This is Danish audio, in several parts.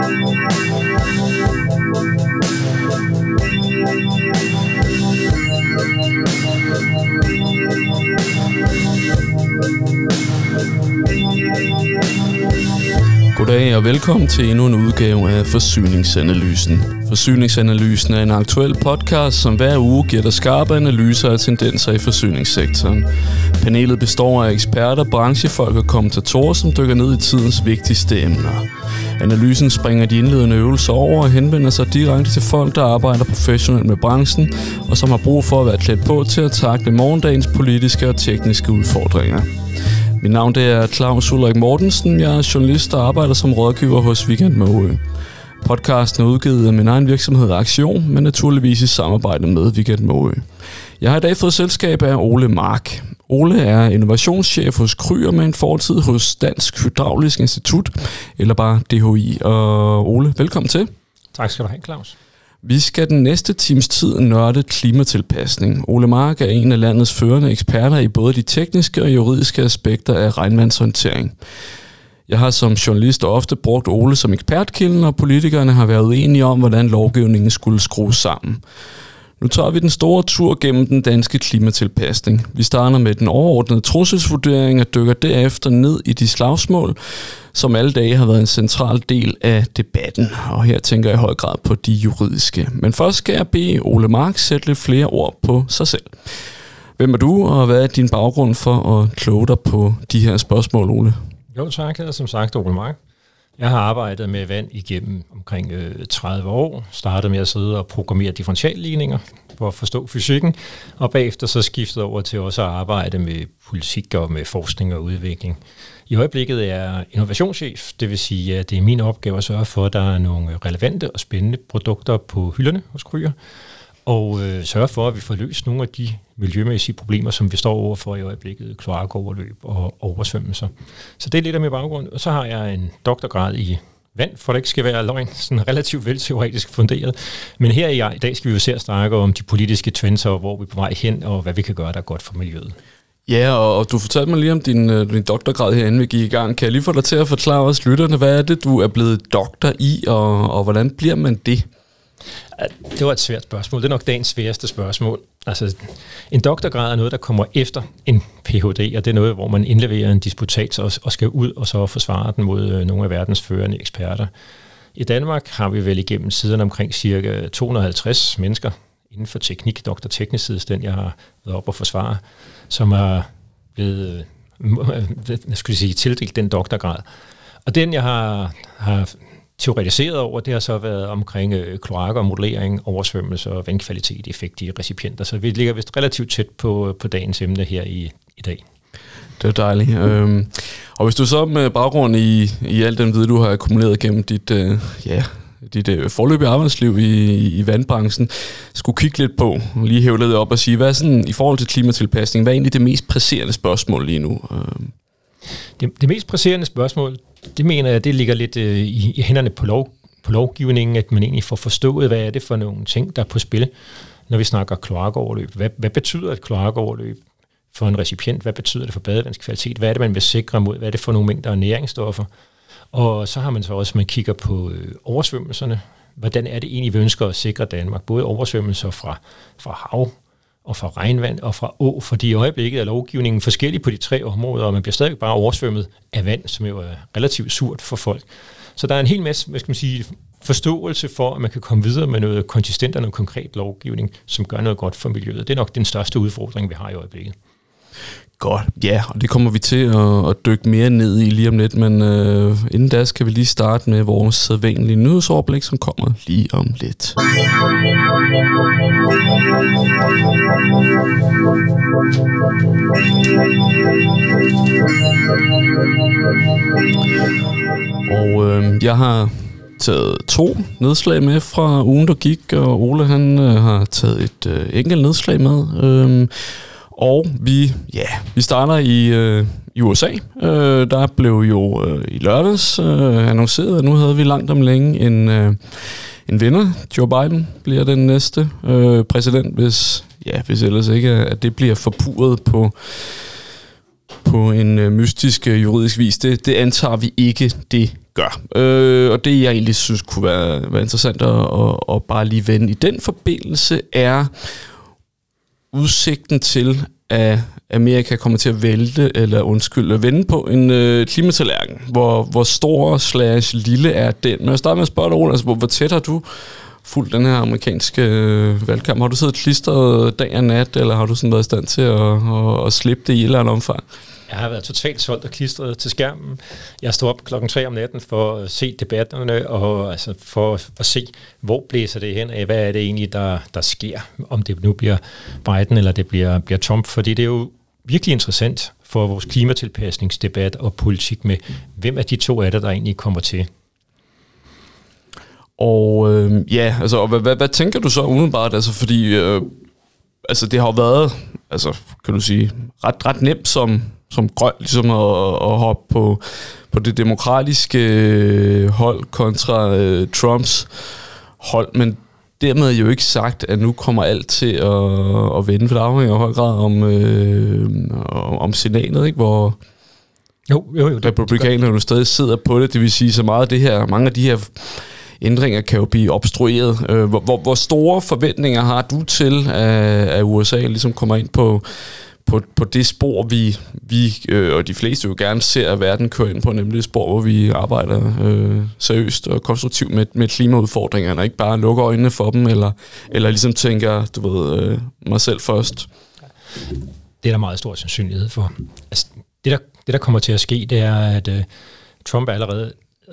Goddag og velkommen til endnu en udgave af Forsyningsanalysen. Forsyningsanalysen er en aktuel podcast, som hver uge giver dig skarpe analyser af tendenser i forsyningssektoren. Panelet består af eksperter, branchefolk og kommentatorer, som dykker ned i tidens vigtigste emner. Analysen springer de indledende øvelser over og henvender sig direkte til folk, der arbejder professionelt med branchen, og som har brug for at være klædt på til at tackle morgendagens politiske og tekniske udfordringer. Mit navn det er Claus Ulrik Mortensen. Jeg er journalist og arbejder som rådgiver hos Weekend Måge. Podcasten er udgivet af min egen virksomhed Aktion, men naturligvis i samarbejde med Weekend Måge. Jeg har i dag fået selskab af Ole Mark. Ole er innovationschef hos Kryer med en fortid hos Dansk Hydraulisk Institut, eller bare DHI. Og Ole, velkommen til. Tak skal du have, Claus. Vi skal den næste times tid nørde klimatilpasning. Ole Mark er en af landets førende eksperter i både de tekniske og juridiske aspekter af regnvandshåndtering. Jeg har som journalist ofte brugt Ole som ekspertkilden, og politikerne har været uenige om, hvordan lovgivningen skulle skrues sammen. Nu tager vi den store tur gennem den danske klimatilpasning. Vi starter med den overordnede trusselsvurdering og dykker derefter ned i de slagsmål, som alle dage har været en central del af debatten. Og her tænker jeg i høj grad på de juridiske. Men først skal jeg bede Ole Mark sætte lidt flere ord på sig selv. Hvem er du, og hvad er din baggrund for at kloge dig på de her spørgsmål, Ole? Jo tak, jeg er som sagt Ole Mark. Jeg har arbejdet med vand igennem omkring 30 år. Startede med at sidde og programmere differentialligninger for at forstå fysikken, og bagefter så skiftede over til også at arbejde med politik og med forskning og udvikling. I øjeblikket er jeg innovationschef, det vil sige, at det er min opgave at sørge for, at der er nogle relevante og spændende produkter på hylderne hos Kryer, og sørge for, at vi får løst nogle af de miljømæssige problemer, som vi står overfor i øjeblikket, kloakoverløb og oversvømmelser. Så det er lidt af min baggrund. Og så har jeg en doktorgrad i vand, for det ikke skal være løgn, sådan relativt vel teoretisk funderet. Men her i dag skal vi jo se at snakke om de politiske trends, og hvor vi er på vej hen, og hvad vi kan gøre, der er godt for miljøet. Ja, og du fortalte mig lige om din doktorgrad herinde, vi gik i gang. Kan jeg lige få dig til at forklare os lytterne, hvad er det, du er blevet doktor i, og hvordan bliver man det? Det var et svært spørgsmål. Det er nok dagens sværeste spørgsmål. Altså, en doktorgrad er noget, der kommer efter en Ph.D., og det er noget, hvor man indleverer en disputats og skal ud og så forsvare den mod nogle af verdens førende eksperter. I Danmark har vi vel igennem siden omkring ca. 250 mennesker inden for teknik, doktorteknisk side, den jeg har været op og forsvare, som er blevet tildelt den doktorgrad. Og den, jeg har teoretiseret over, det har så været omkring kloakker, modellering, oversvømmelse og vandkvalitet, effekt i recipienter. Så vi ligger vist relativt tæt på dagens emne her i dag. Det er dejligt. Og hvis du så med baggrund i al den viden, du har akkumuleret gennem dit forløbige arbejdsliv i vandbranchen, skulle kigge lidt på, lige hæve lidt op og sige, hvad er sådan, i forhold til klimatilpasning, hvad er egentlig det mest presserende spørgsmål lige nu? Det mest presserende spørgsmål, det mener jeg, det ligger lidt i hænderne på lovgivningen, at man egentlig får forstået, hvad er det for nogle ting, der er på spil, når vi snakker kloakoverløb. Hvad betyder et kloakoverløb for en recipient? Hvad betyder det for badevandskvalitet? Hvad er det, man vil sikre mod? Hvad er det for nogle mængder af næringsstoffer? Og så har man så også, man kigger på oversvømmelserne. Hvordan er det egentlig, vi ønsker at sikre Danmark? Både oversvømmelser fra hav, og fra regnvand og fra å, fordi i øjeblikket er lovgivningen forskellig på de tre områder, og man bliver stadig bare oversvømmet af vand, som jo er relativt surt for folk. Så der er en hel masse, forståelse for, at man kan komme videre med noget konsistent og noget konkret lovgivning, som gør noget godt for miljøet. Det er nok den største udfordring, vi har i øjeblikket. Godt, ja, og det kommer vi til at dykke mere ned i lige om lidt, men inden da skal vi lige starte med vores sædvanlige nyhedsoverblik, som kommer lige om lidt. Og jeg har taget 2 nedslag med fra ugen, der gik, og Ole han har taget et enkelt nedslag med. Og vi starter i USA. Der blev jo i lørdags annonceret, at nu havde vi langt om længe en vinder. Joe Biden bliver den næste præsident, hvis ellers ikke at det bliver forpurret på en mystisk juridisk vis. Det antager vi ikke, det gør. Og det, jeg egentlig synes kunne være interessant at bare lige vende i den forbindelse, er udsigten til, at Amerika kommer til at vende på en klimatallerken. Hvor stor / lille er den? Men jeg starter med at spørge dig, Ole, altså, hvor tæt har du fulgt den her amerikanske valgkamp? Har du siddet klistret dag og nat, eller har du sådan været i stand til at slippe det i et eller andet omfang? Jeg har været totalt solgt og klistret til skærmen. Jeg stod op 3 om natten for at se debatterne, og altså for at se, hvor blæser det hen af, hvad er det egentlig, der sker, om det nu bliver Biden eller det bliver Trump, fordi det er jo virkelig interessant for vores klimatilpasningsdebat og politik med, hvem af de to er det, der egentlig kommer til. Og altså, hvad tænker du så umiddelbart, altså fordi altså det har jo været, altså kan du sige, ret nemt som grøn, ligesom at hoppe på det demokratiske hold kontra Trumps hold, men dermed jo ikke sagt, at nu kommer alt til at vende, for det afhænger i høj grad om senatet, ikke? Hvor jo, republikanerne jo stadig sidder på det, det vil sige så meget af det her, mange af de her ændringer kan jo blive obstrueret. Hvor store forventninger har du til, at USA ligesom kommer ind på det spor, vi og de fleste jo gerne ser, at verden kører ind på, nemlig det spor, hvor vi arbejder seriøst og konstruktivt med klimaudfordringerne, og ikke bare lukker øjnene for dem, eller ligesom tænker, du ved, mig selv først? Det er der meget stor sandsynlighed for. Altså, det der kommer til at ske, det er, at Trump allerede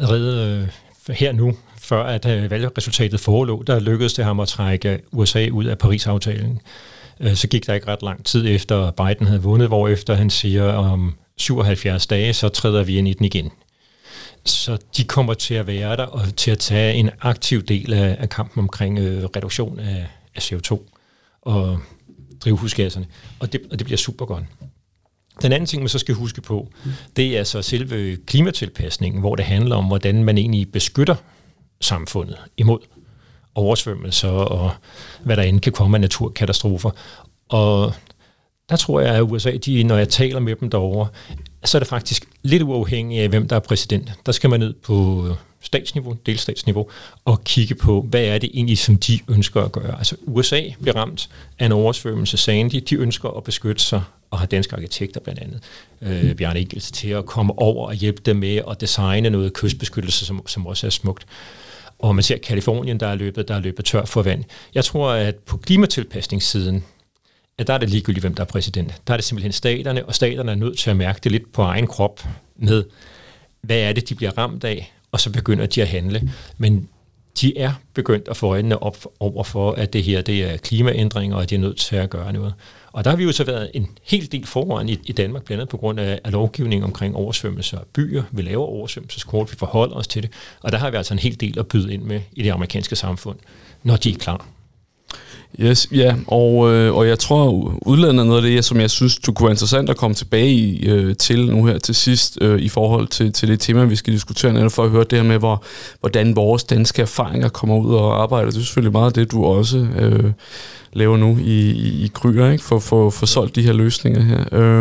her nu, før at valgresultatet forelå, der lykkedes det ham at trække USA ud af Paris-aftalen. Så gik der ikke ret lang tid efter Biden havde vundet, hvorefter han siger, om 77 dage, så træder vi ind i den igen. Så de kommer til at være der og til at tage en aktiv del af kampen omkring reduktion af CO2 og drivhusgasserne. Og det bliver super godt. Den anden ting, man så skal huske på, det er så selve klimatilpasningen, hvor det handler om, hvordan man egentlig beskytter samfundet imod oversvømmelser og hvad der end kan komme af naturkatastrofer. Og der tror jeg, at USA, når jeg taler med dem derovre, så er det faktisk lidt uafhængigt af, hvem der er præsident. Der skal man ned på statsniveau, delstatsniveau, og kigge på, hvad er det egentlig, som de ønsker at gøre. Altså USA bliver ramt af en oversvømmelse, Sandy. De ønsker at beskytte sig, og har danske arkitekter blandt andet, Bjarne Ingels, til at komme over og hjælpe dem med at designe noget kystbeskyttelse, som også er smukt. Og man ser Kalifornien, der er løbet tør for vand. Jeg tror, at på klimatilpasningssiden, at der er det ligegyldigt, hvem der er præsident. Der er det simpelthen staterne, og staterne er nødt til at mærke det lidt på egen krop med, hvad er det, de bliver ramt af, og så begynder de at handle. Men de er begyndt at få øjnene op over for, at det her det er klimaændringer, og de er nødt til at gøre noget. Og der har vi jo så været en hel del foran i Danmark, blandt andet på grund af lovgivning omkring oversvømmelser af byer. Vi laver oversvømmelseskort, vi forholder os til det, og der har vi altså en hel del at byde ind med i det amerikanske samfund, når de er klar. Yes, ja, og jeg tror, udlandet er noget af det, som jeg synes, du kunne være interessant at komme tilbage til nu her til sidst, i forhold til det tema, vi skal diskutere, netop for at høre det her med, hvordan vores danske erfaringer kommer ud og arbejder. Det er selvfølgelig meget af det, du også laver nu i Kryer, ikke? For at få solgt de her løsninger her.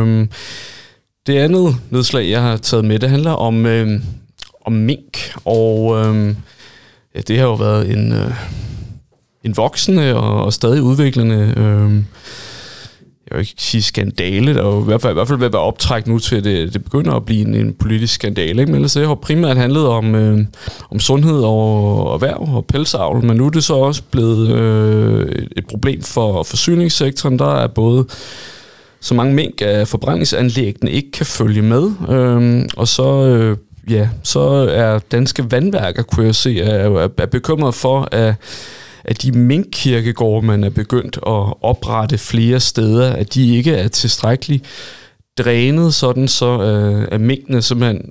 Det andet nedslag, jeg har taget med, det handler om mink, og det har jo været en voksende og stadig udviklende, jeg vil ikke sige skandale, der er jo i hvert fald ved at være optræk nu til, at det begynder at blive en politisk skandale, ikke? Men ellers det har primært handlet om sundhed og erhverv og pelsavl, men nu er det så også blevet et problem for forsyningssektoren. Der er både så mange mink af forbrændingsanlæggene ikke kan følge med, og så er danske vandværker, kunne jeg se, er bekymret for, at de minkkirkegårde, man er begyndt at oprette flere steder, at de ikke er tilstrækkeligt drænet, sådan så at minkene simpelthen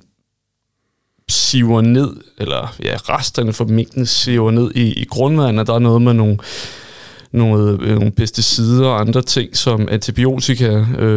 siver ned, eller resterne for minkene siver ned i grundvandet. Der er noget med nogle pesticider og andre ting, som antibiotika,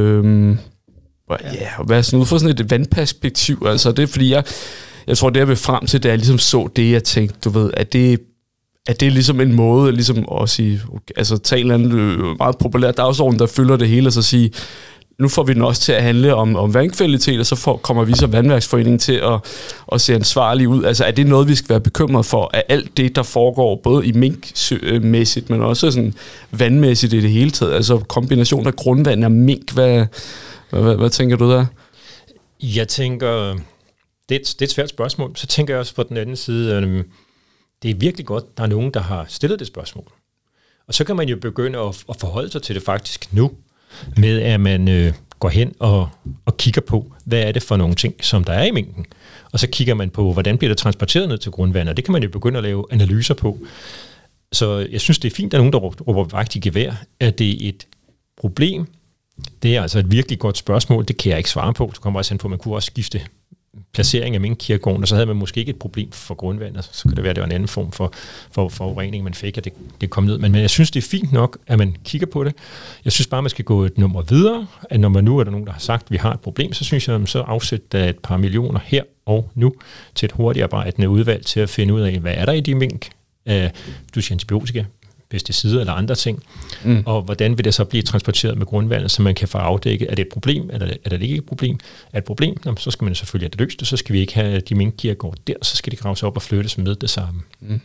hvad sådan ud fra sådan et vandperspektiv. Altså det er fordi, jeg tror, det jeg vil frem til, da jeg ligesom så det, jeg tænkte, du ved, at det er ligesom en måde, ligesom at sige, altså tage en eller anden meget populær dagsorden, der fylder det hele, og så sige, nu får vi den også til at handle om vandkvalitet, og så kommer vi så Vandværksforeningen til at se ansvarlig ud. Altså er det noget, vi skal være bekymret for, at alt det, der foregår, både i minkmæssigt, men også sådan vandmæssigt i det hele taget, altså kombination af grundvand og mink, hvad tænker du der? Jeg tænker, det er et svært spørgsmål. Så tænker jeg også på den anden side, det er virkelig godt, der er nogen, der har stillet det spørgsmål. Og så kan man jo begynde at forholde sig til det faktisk nu, med at man går hen og kigger på, hvad er det for nogle ting, som der er i minken. Og så kigger man på, hvordan bliver det transporteret ned til grundvandet. Og det kan man jo begynde at lave analyser på. Så jeg synes, det er fint, at der er nogen, der råber vagt i gevær, at det er et problem. Det er altså et virkelig godt spørgsmål. Det kan jeg ikke svare på. Så kommer også hen på, at man kunne også skifte placering af minkkirkegården, og så havde man måske ikke et problem for grundvandet. Så kan det være, at det var en anden form for forurening, man fik, at det kom ned. Men jeg synes, det er fint nok, at man kigger på det. Jeg synes bare, man skal gå et nummer videre, at når man nu er der nogen, der har sagt, at vi har et problem, så synes jeg, at man så afsætter et par millioner her og nu til et hurtigt arbejdende udvalg til at finde ud af, hvad er der i de mink? Du siger antibiotika, pesticider eller andre ting, og hvordan vil det så blive transporteret med grundvandet, så man kan få afdækket, er det et problem, eller er det ikke et problem? Er et problem, så skal man selvfølgelig have det løst, og så skal vi ikke have de minkkirkegård der, så skal de graves op og flyttes med det samme.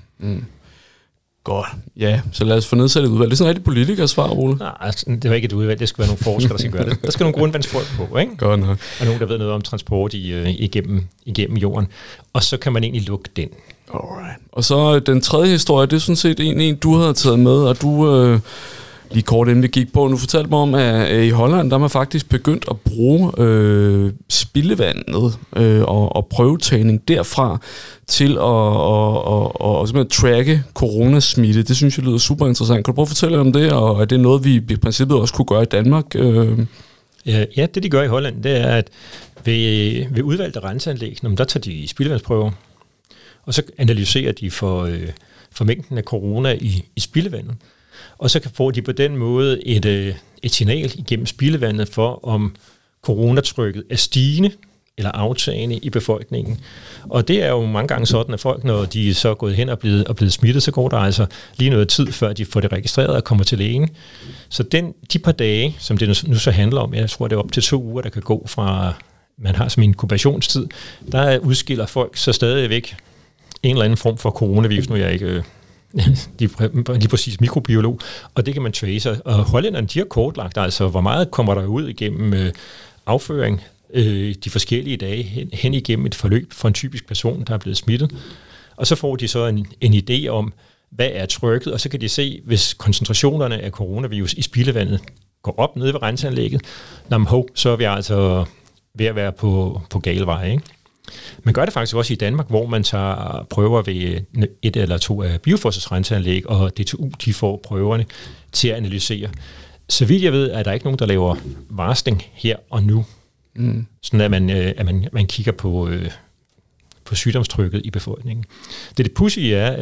Godt. Ja, så lad os få nedsat et udvalg. Det er sådan en rigtig politikersvar, Ole. Nej, det var ikke et udvalg, det skal være nogle forskere, der skal gøre det. Der skal nogle grundvandsfolk på, ikke? Godt nok. Og nogen, der ved noget om transport igennem jorden. Og så kan man egentlig lukke den. Alright. Og så den tredje historie, det er sådan set en du havde taget med, og du lige kort inden vi gik på, nu fortalte mig om, at i Holland, der er man faktisk begyndt at bruge spildevandet og prøvetagning derfra til at simpelthen tracke coronasmitte. Det synes jeg lyder super interessant. Kan du prøve at fortælle om det, og er det noget, vi i princippet også kunne gøre i Danmark? Ja, det de gør i Holland, det er, at ved udvalgte renseanlæg, der tager de spildevandsprøver, og så analyserer de for mængden af corona i spildevandet. Og så får de på den måde et signal igennem spildevandet for, om coronatrykket er stigende eller aftagende i befolkningen. Og det er jo mange gange sådan, at folk, når de så er gået hen og blevet smittet, så går der altså lige noget tid, før de får det registreret og kommer til lægen. Så de par dage, som det nu så handler om, jeg tror, det er op til 2 uger, der kan gå fra, man har som en inkubationstid, der udskiller folk så stadigvæk en eller anden form for coronavirus. Nu er jeg ikke lige præcis mikrobiolog, og det kan man trace. Og hollænderne, de har kortlagt, altså hvor meget kommer der ud igennem afføring de forskellige dage hen igennem et forløb for en typisk person, der er blevet smittet. Og så får de så en idé om, hvad er trykket, og så kan de se, hvis koncentrationerne af coronavirus i spildevandet går op nede ved renseanlægget, så er vi altså ved at være på gale vej, ikke? Man gør det faktisk også i Danmark, hvor man tager prøver ved 1 eller 2 af Bioforces renseanlæg, og DTU de får prøverne til at analysere. Så vidt jeg ved, er der ikke nogen, der laver varsling her og nu. Sådan at man kigger på sygdomstrykket i befolkningen. Det pudsige er,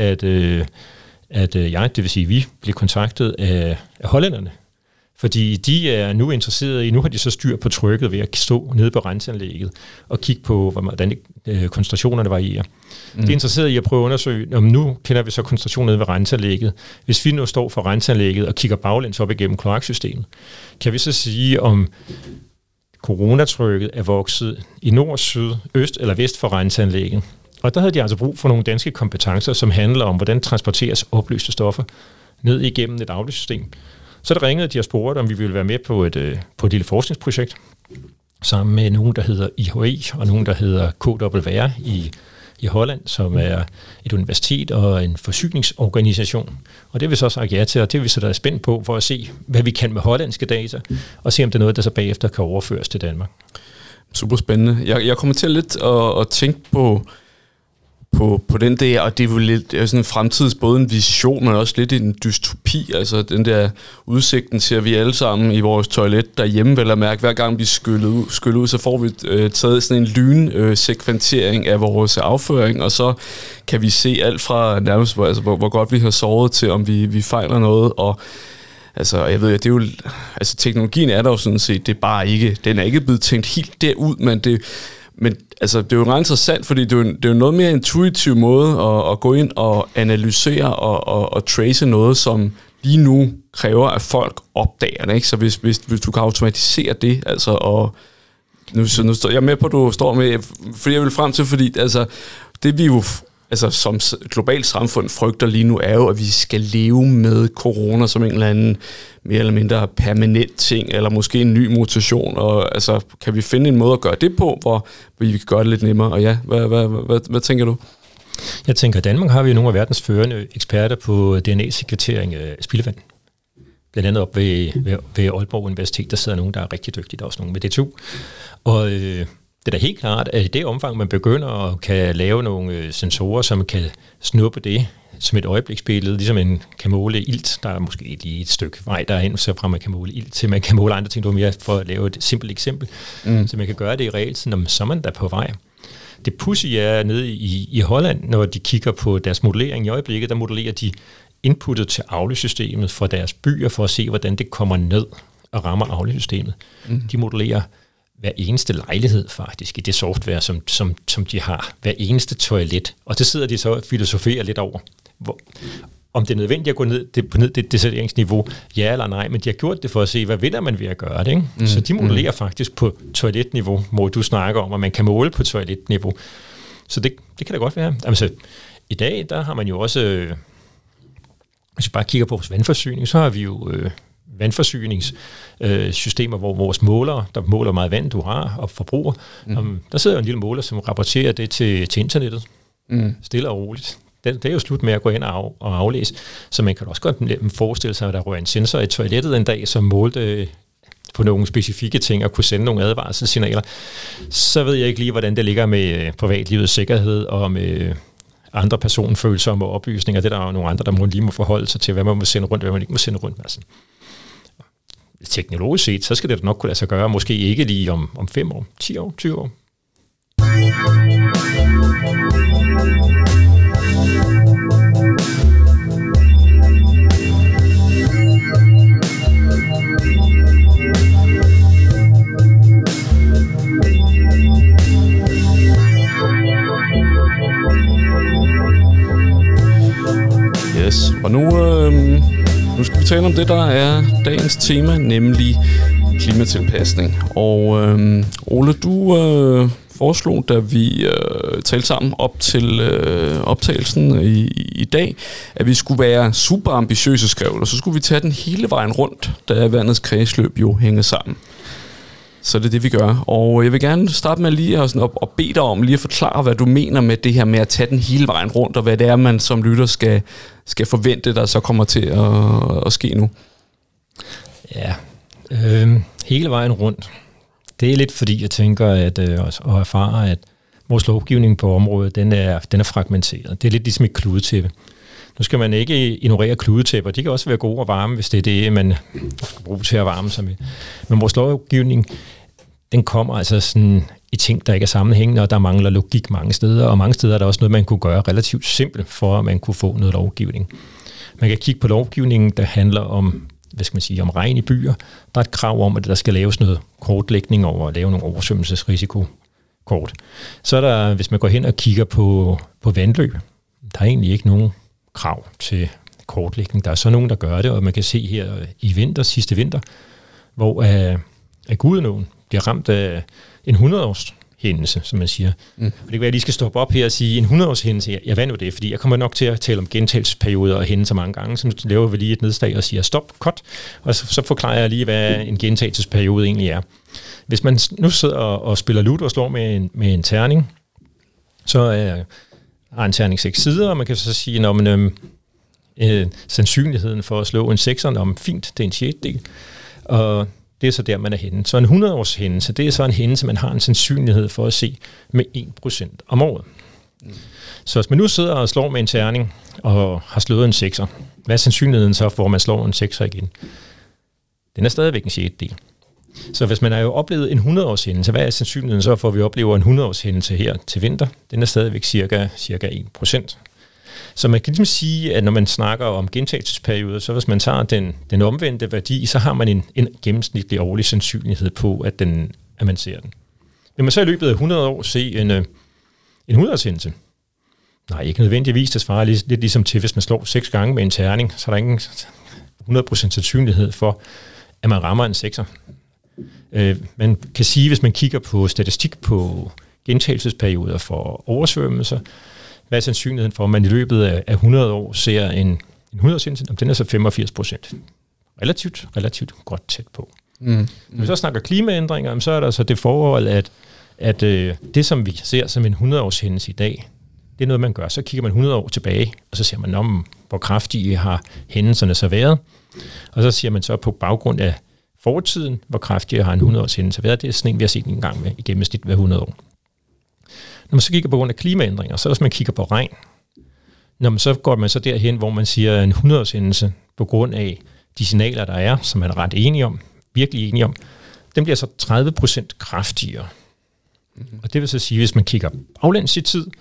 at det vil sige, vi bliver kontaktet af hollænderne, fordi de er nu interesserede i, nu har de så styr på trykket ved at stå nede på renseanlægget og kigge på, hvordan koncentrationerne varierer. De er interesserede i at prøve at undersøge, om nu kender vi så koncentrationen nede ved renseanlægget. Hvis vi nu står for renseanlægget og kigger baglæns op igennem kloaksystemet, kan vi så sige, om coronatrykket er vokset i nord, syd, øst eller vest for renseanlægget. Og der havde de altså brug for nogle danske kompetencer, som handler om, hvordan transporteres opløste stoffer ned igennem et afløbssystem. Så der ringede de og spurgte, om vi ville være med på et lille forskningsprojekt, sammen med nogen, der hedder IHE, og nogen, der hedder KWR i Holland, som er et universitet og en forsyningsorganisation. Og det har vi så sagt ja til, og det er vi så der er spændt på, for at se, hvad vi kan med hollandske data, og se, om det er noget, der så bagefter kan overføres til Danmark. Super spændende. Jeg kommer til lidt at tænke på den der, og det er jo lidt sådan en fremtids, både en vision, men også lidt en dystopi, altså den der udsigten ser vi alle sammen i vores toilet derhjemme, vel at mærke, hver gang vi skyller ud, så får vi taget sådan en lynsekventering af vores afføring, og så kan vi se alt fra nærmest, hvor godt vi har sovet til, om vi fejler noget, og altså, jeg ved, det er jo, altså teknologien er der jo sådan set, det er bare ikke, den er ikke blevet tænkt helt derud, men altså, det er jo ret interessant, fordi det er jo noget mere intuitiv måde at gå ind og analysere og trace noget, som lige nu kræver, at folk opdager det, ikke? Så hvis du kan automatisere det, altså, og nu står jeg med på, at du står med, fordi jeg vil frem til, fordi altså, det vi jo altså, som globalt samfund frygter lige nu, er jo, at vi skal leve med corona som en eller anden mere eller mindre permanent ting, eller måske en ny mutation, og altså, kan vi finde en måde at gøre det på, hvor vi kan gøre det lidt nemmere, og ja, hvad tænker du? Jeg tænker, at Danmark har vi nogle af verdens førende eksperter på DNA-sekretering af spildevand. Blandt andet op ved Aalborg Universitet, der sidder nogen, der er rigtig dygtige, der er også nogen med DTU. Og det er da helt klart, at i det omfang, man begynder at kan lave nogle sensorer, som kan snuppe det som et øjebliksbillede, ligesom man kan måle ilt. Der er måske lige et stykke vej derhen, så fra man kan måle ilt til man kan måle andre ting. Det var mere for at lave et simpelt eksempel, så man kan gøre det i realtid, så er man der på vej. Det pudsige er nede i Holland, når de kigger på deres modellering i øjeblikket, der modellerer de inputtet til afløbssystemet fra deres byer, for at se, hvordan det kommer ned og rammer afløbssystemet. De modellerer hver eneste lejlighed faktisk i det software, som de har. Hver eneste toilet. Og det sidder de så og filosoferer lidt over. Om det er nødvendigt at gå ned på det detaljeringsniveau, ja eller nej, men de har gjort det for at se, hvad vinder man ved at gøre det. Ikke? Så de modellerer faktisk på toiletniveau, hvor du snakker om, at man kan måle på toiletniveau. Så det kan da godt være. Altså, i dag, der har man jo også, hvis vi bare kigger på vores vandforsyning, så har vi jo vandforsyningssystemer, hvor vores målere, der måler meget vand, du har og forbruger, der sidder en lille måler, som rapporterer det til internettet, stille og roligt. Det er jo slut med at gå ind og aflæse, så man kan også godt forestille sig, at der rører en sensor i toilettet en dag, som målte på nogle specifikke ting og kunne sende nogle advarselssignaler. Så ved jeg ikke lige, hvordan det ligger med privatlivets sikkerhed og med andre personfølsomme oplysninger. Det er der jo nogle andre, der lige må forholde sig til, hvad man må sende rundt, hvad man ikke må sende rundt. Altså, teknologisk set, så skal det da nok kunne lade sig gøre, måske ikke lige om 5 år, 10 år, 20 år. Yes, og nu skal vi tale om det, der er dagens tema, nemlig klimatilpasning. Og Ole, du foreslog, da vi talte sammen op til optagelsen i dag, at vi skulle være super ambitiøse, skrevet, og så skulle vi tage den hele vejen rundt, da vandets kredsløb jo hænger sammen. Så det er det, vi gør. Og jeg vil gerne starte med lige at bede dig om lige at forklare, hvad du mener med det her med at tage den hele vejen rundt, og hvad det er, man som lytter skal forvente, der så kommer til at ske nu. Ja, hele vejen rundt. Det er lidt fordi, jeg tænker og erfarer, at vores lovgivning på området, den er fragmenteret. Det er lidt ligesom et kludetæppe. Nu skal man ikke ignorere kludetæpper. De kan også være gode og varme, hvis det er det, man skal bruge til at varme sig med. Men vores lovgivning, den kommer altså sådan i ting, der ikke er sammenhængende, og der mangler logik mange steder. Og mange steder er der også noget, man kunne gøre relativt simpelt, for at man kunne få noget lovgivning. Man kan kigge på lovgivningen, der handler om, om regn i byer. Der er et krav om, at der skal laves noget kortlægning over at lave nogle oversvømmelsesrisikokort. Så er der, hvis man går hen og kigger på vandløb, der er egentlig ikke nogen krav til kortlægning. Der er så nogen, der gør det, og man kan se her i sidste vinter, hvor Gudenåen bliver ramt af en 100-års hændelse, som man siger. Og det kan være, at jeg lige skal stoppe op her og sige, en 100-års hændelse, jeg hvad nu det, fordi jeg kommer nok til at tale om gentagelsesperioder og hændelser mange gange, så laver vi lige et nedslag og siger stop, cut, og så forklarer jeg lige, hvad en gentagelsesperiode egentlig er. Hvis man nu sidder og spiller ludo og slår med en terning, så har en terning 6 sider, og man kan så sige, sandsynligheden for at slå en 6'er, fint, det er en sjettedel, og det er så der, man er henne. Så en 100-års hændelse, det er så en hændelse, man har en sandsynlighed for at se med 1% om året. Så hvis man nu sidder og slår med en terning og har slået en 6'er, hvad er sandsynligheden så for, at man slår en 6'er igen? Den er stadigvæk en sjettedel. Så hvis man har jo oplevet en 100-års hændelse, hvad er sandsynligheden så for, at vi oplever en 100-års hændelse her til vinter? Den er stadigvæk cirka 1%. Så man kan ligesom sige, at når man snakker om gentagelsesperioder, så hvis man tager den omvendte værdi, så har man en gennemsnitlig årlig sandsynlighed på, at man ser den. Vil man så i løbet af 100 år se en 100-års hændelse? Nej, ikke nødvendigvis. Det svarer lidt ligesom til, hvis man slår 6 gange med en terning, så er der ingen 100% sandsynlighed for, at man rammer en 6'er. Man kan sige, hvis man kigger på statistik på gentagelsesperioder for oversvømmelser, hvad er sandsynligheden for, at man i løbet af 100 år ser en 100-årshændelse? Den er så 85%. Relativt godt tæt på. Når vi så snakker klimaændringer, så er der så det forhold, at det, som vi ser som en 100-årshændelse i dag, det er noget, man gør. Så kigger man 100 år tilbage, og så ser man om, hvor kraftige har hændelserne så været. Og så siger man så på baggrund af fortiden, hvor kraftige har en 100-årshændelse været. Det er sådan en, vi har set en gang med i gennemsnit hver 100 år. Når man så kigger på grund af klimaændringer, så hvis man kigger på regn, så går man så derhen, hvor man siger en 100-årshændelse på grund af de signaler, der er, som man er ret enige om, virkelig enige om, den bliver så 30% kraftigere. Og det vil så sige, hvis man kigger baglæns i tid,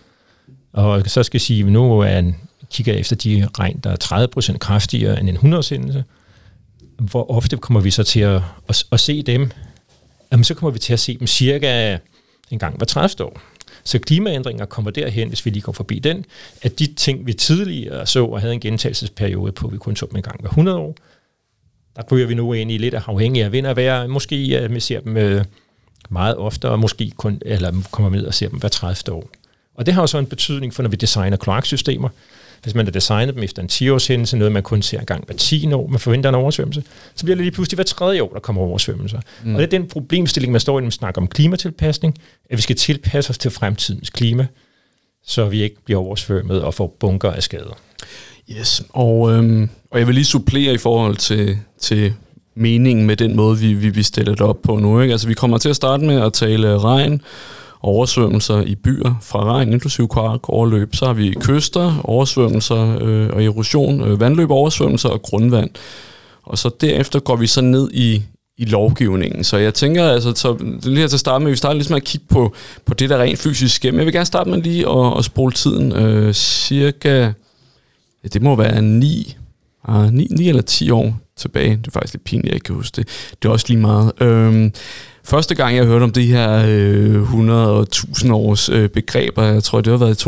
og så skal sige, at nu kigger efter de regn, der er 30% kraftigere end en 100-årshændelse, hvor ofte kommer vi så til at se dem? Jamen, så kommer vi til at se dem cirka en gang hver 30 år. Så klimaændringer kommer derhen, hvis vi lige går forbi den, at de ting, vi tidligere så og havde en gentagelsesperiode på, vi kun så dem en gang hver 100 år, der ryger vi nu ind i lidt afhængig af vind og vejr. Måske vi ser dem meget oftere, måske kommer med og ser dem hver 30 år. Og det har jo så en betydning for, når vi designer kloaksystemer. Hvis man har designet dem efter en 10-årshændelse, noget man kun ser en gang hver 10 år, man forventer en oversvømmelse, så bliver det lige pludselig hver 3. år, der kommer oversvømmelser. Og det er den problemstilling, man står i, når man snakker om klimatilpasning, at vi skal tilpasse os til fremtidens klima, så vi ikke bliver oversvømmet og får bunker af skader. Yes, og jeg vil lige supplere i forhold til meningen med den måde, vi stiller det op på nu. Ikke? Altså, vi kommer til at starte med at tale regn, oversvømmelser i byer fra regn, inklusive kloakoverløb. Så har vi kyster, oversvømmelser og erosion, vandløb, oversvømmelser og grundvand. Og så derefter går vi så ned i lovgivningen. Så jeg tænker, altså, så lige her til at starte med, vi starter ligesom at kigge på det, der rent fysisk sker. Men jeg vil gerne starte med lige at spole tiden cirka, det må være 9 eller 10 år tilbage. Det er faktisk lidt pinligt, jeg ikke kan huske det. Det er også lige meget. Første gang, jeg hørte om de her 100 og 1000 års begreber, jeg tror, det har været i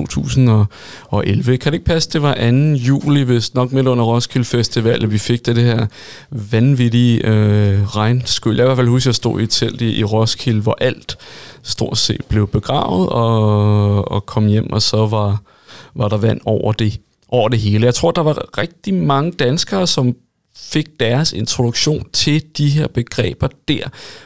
2011. Kan det ikke passe, det var 2. juli, hvis nok midt under Roskilde Festival, at vi fik det her vanvittige regnskyld. Jeg i hvert fald husker, at jeg stod i et telt i Roskilde, hvor alt stort set blev begravet og kom hjem, og så var der vand over det hele. Jeg tror, der var rigtig mange danskere, som fik deres introduktion til de her begreber der.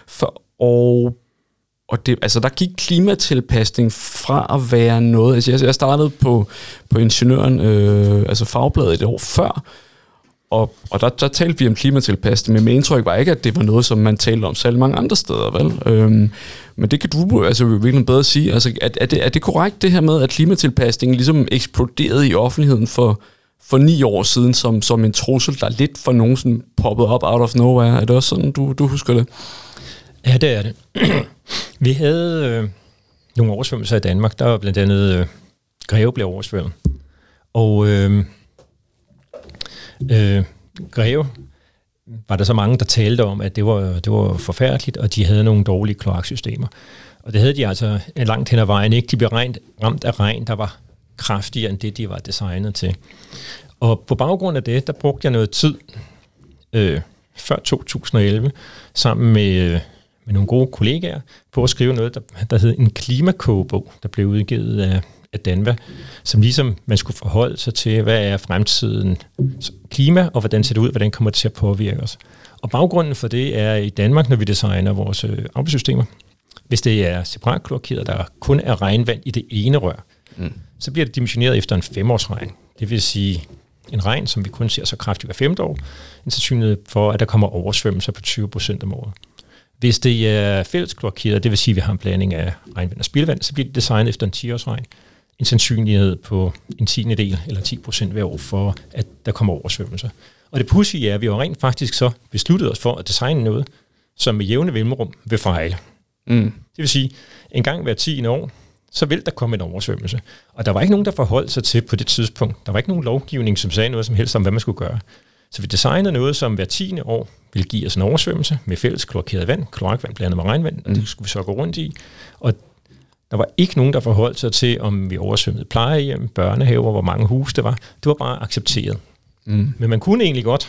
Og det, altså der gik klimatilpasning fra at være noget. Altså jeg startede på Ingeniøren, altså fagbladet et år før, og der talte vi om klimatilpasning, men med indtryk var ikke, at det var noget, som man talte om særlig mange andre steder, vel? Men det kan du altså virkelig bedre sige. Altså, er det korrekt, det her med, at klimatilpasningen ligesom eksploderede i offentligheden for 9 år siden, som en trussel, der lidt for nogen sådan poppede op out of nowhere? Er det også sådan, du husker det? Ja, det er det. Vi havde nogle oversvømmelser i Danmark. Der var blandt andet Greve blev oversvømmet. Og Greve var der så mange, der talte om, at det var forfærdeligt, og de havde nogle dårlige kloaksystemer. Og det havde de altså langt hen ad vejen ikke. De blev ramt af regn, der var kraftigere end det, de var designet til. Og på baggrund af det, der brugte jeg noget tid før 2011, sammen med nogle gode kollegaer, på at skrive noget, der hed en klimakogebog, der blev udgivet af Danva, som ligesom man skulle forholde sig til, hvad er fremtiden klima, og hvordan ser det ud, hvordan kommer det til at påvirke os. Og baggrunden for det er i Danmark, når vi designer vores afløbssystemer, hvis det er separat kloakeret, der kun er regnvand i det ene rør, så bliver det dimensioneret efter en 5-årsregn. Det vil sige en regn, som vi kun ser så kraftigt hver 5. år, en sandsynlighed for, at der kommer oversvømmelser på 20% om året. Hvis det er fælles kloakeret, det vil sige, at vi har en blanding af regnvand og spildevand, så bliver det designet efter en 10-årsregn. En sandsynlighed på en 10. del eller 10% hver år for, at der kommer oversvømmelser. Og det pudsige er, at vi jo rent faktisk så besluttet os for at designe noget, som med jævne mellemrum vil fejle. Det vil sige, en gang hver 10. år, så vil der komme en oversvømmelse. Og der var ikke nogen, der forholdt sig til på det tidspunkt. Der var ikke nogen lovgivning, som sagde noget som helst om, hvad man skulle gøre. Så vi designede noget, som hver 10. år ville give os en oversvømmelse med fælles kloakeret vand, kloakvand blandet med regnvand, og det skulle vi så gå rundt i. Og der var ikke nogen, der forholdt sig til, om vi oversvømmede plejehjem, børnehaver, hvor mange huse det var. Det var bare accepteret. Men man kunne egentlig godt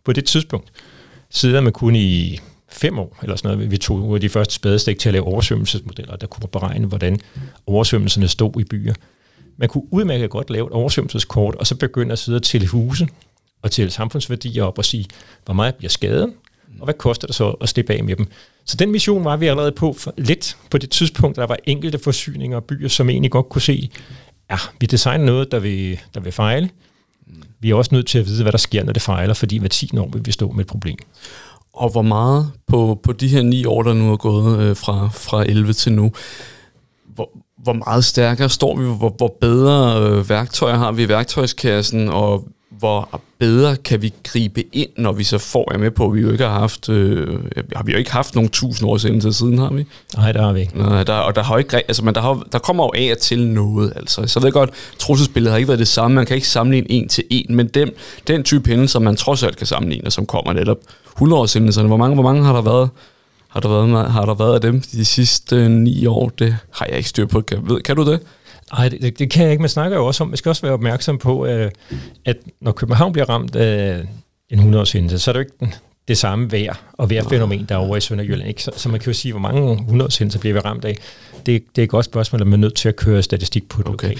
på det tidspunkt sidder man kun i 5 år, eller sådan noget. Vi tog de første spadestik til at lave oversvømmelsesmodeller, der kunne beregne, hvordan oversvømmelserne stod i byer. Man kunne udmærket godt lave et oversvømmelseskort, og så begynde at sidde og tælle huse og tælle samfundsværdier op og sige, hvor meget bliver skaden, og hvad koster det så at slippe af med dem. Så den mission var vi allerede på lidt på det tidspunkt, der var enkelte forsyninger og byer, som egentlig godt kunne se, ja, vi designer noget, der vil fejle. Vi er også nødt til at vide, hvad der sker, når det fejler, fordi hver 10 år vil vi stå med et problem. Og hvor meget på de her 9 år, der nu er gået fra 11 til nu, hvor meget stærkere står vi, hvor bedre værktøjer har vi i værktøjskassen, og hvor bedre kan vi gribe ind, når vi så får jer med på, at vi jo ikke har haft, har vi jo ikke haft nogle 1000 år siden, har vi? Nej, der har vi ikke. Nej, og der har ikke, altså, men der kommer jo af og til noget, altså. Så jeg ved godt, trusselsbilledet har ikke været det samme, man kan ikke sammenligne 1 til 1, men den type hændelser, man trods alt kan sammenligne, som kommer netop 100 år siden, hvor mange har der været? Har der været af dem de sidste 9 år? Det har jeg ikke styr på. Kan du det? Nej, det kan jeg ikke. Man snakker jo også om, man skal også være opmærksom på, at når København bliver ramt af en 100-årshændelse, så er det jo ikke det samme vejr og vejrfænomen, der er over i Sønderjylland. Ikke? Så man kan jo sige, hvor mange 100-årshændelser bliver vi ramt af. Det er et godt spørgsmål, at man er nødt til at køre statistik på det. Okay.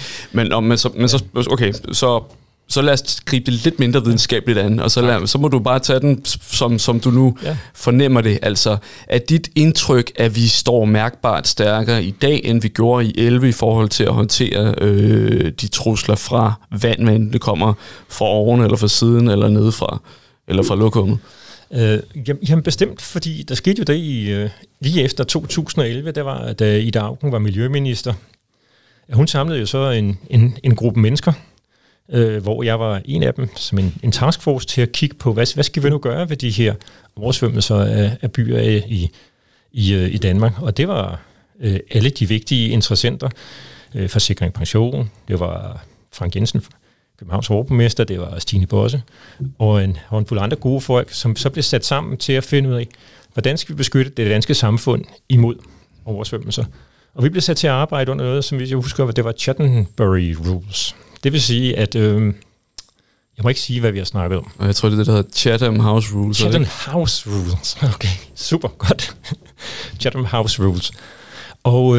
Så lad os gribe det lidt mindre videnskabeligt an, og så må du bare tage den, som du nu fornemmer det. Altså, er dit indtryk, at vi står mærkbart stærkere i dag, end vi gjorde i 11 i forhold til at håndtere de trusler fra vand, men det kommer fra oven, eller fra siden, eller nedefra, eller fra lokummet? Jamen bestemt, fordi der skete jo det lige efter 2011, der var, da Ida Auken var miljøminister. Hun samlede jo så en gruppe mennesker, hvor jeg var en af dem som en taskforce til at kigge på, hvad skal vi nu gøre ved de her oversvømmelser af byer i Danmark. Og det var alle de vigtige interessenter, Forsikring Pension, det var Frank Jensen, Københavns overborgmester, det var Stine Bosse, og en håndfuld andre gode folk, som så blev sat sammen til at finde ud af, hvordan skal vi beskytte det danske samfund imod oversvømmelser. Og vi blev sat til at arbejde under noget, som jeg husker, det var Chattanbury Rules. Det vil sige, at jeg må ikke sige, hvad vi har snakket om. Og jeg tror, det er det, der hedder Chatham House Rules. Chatham House Rules. Okay, super, godt. Chatham House Rules. Og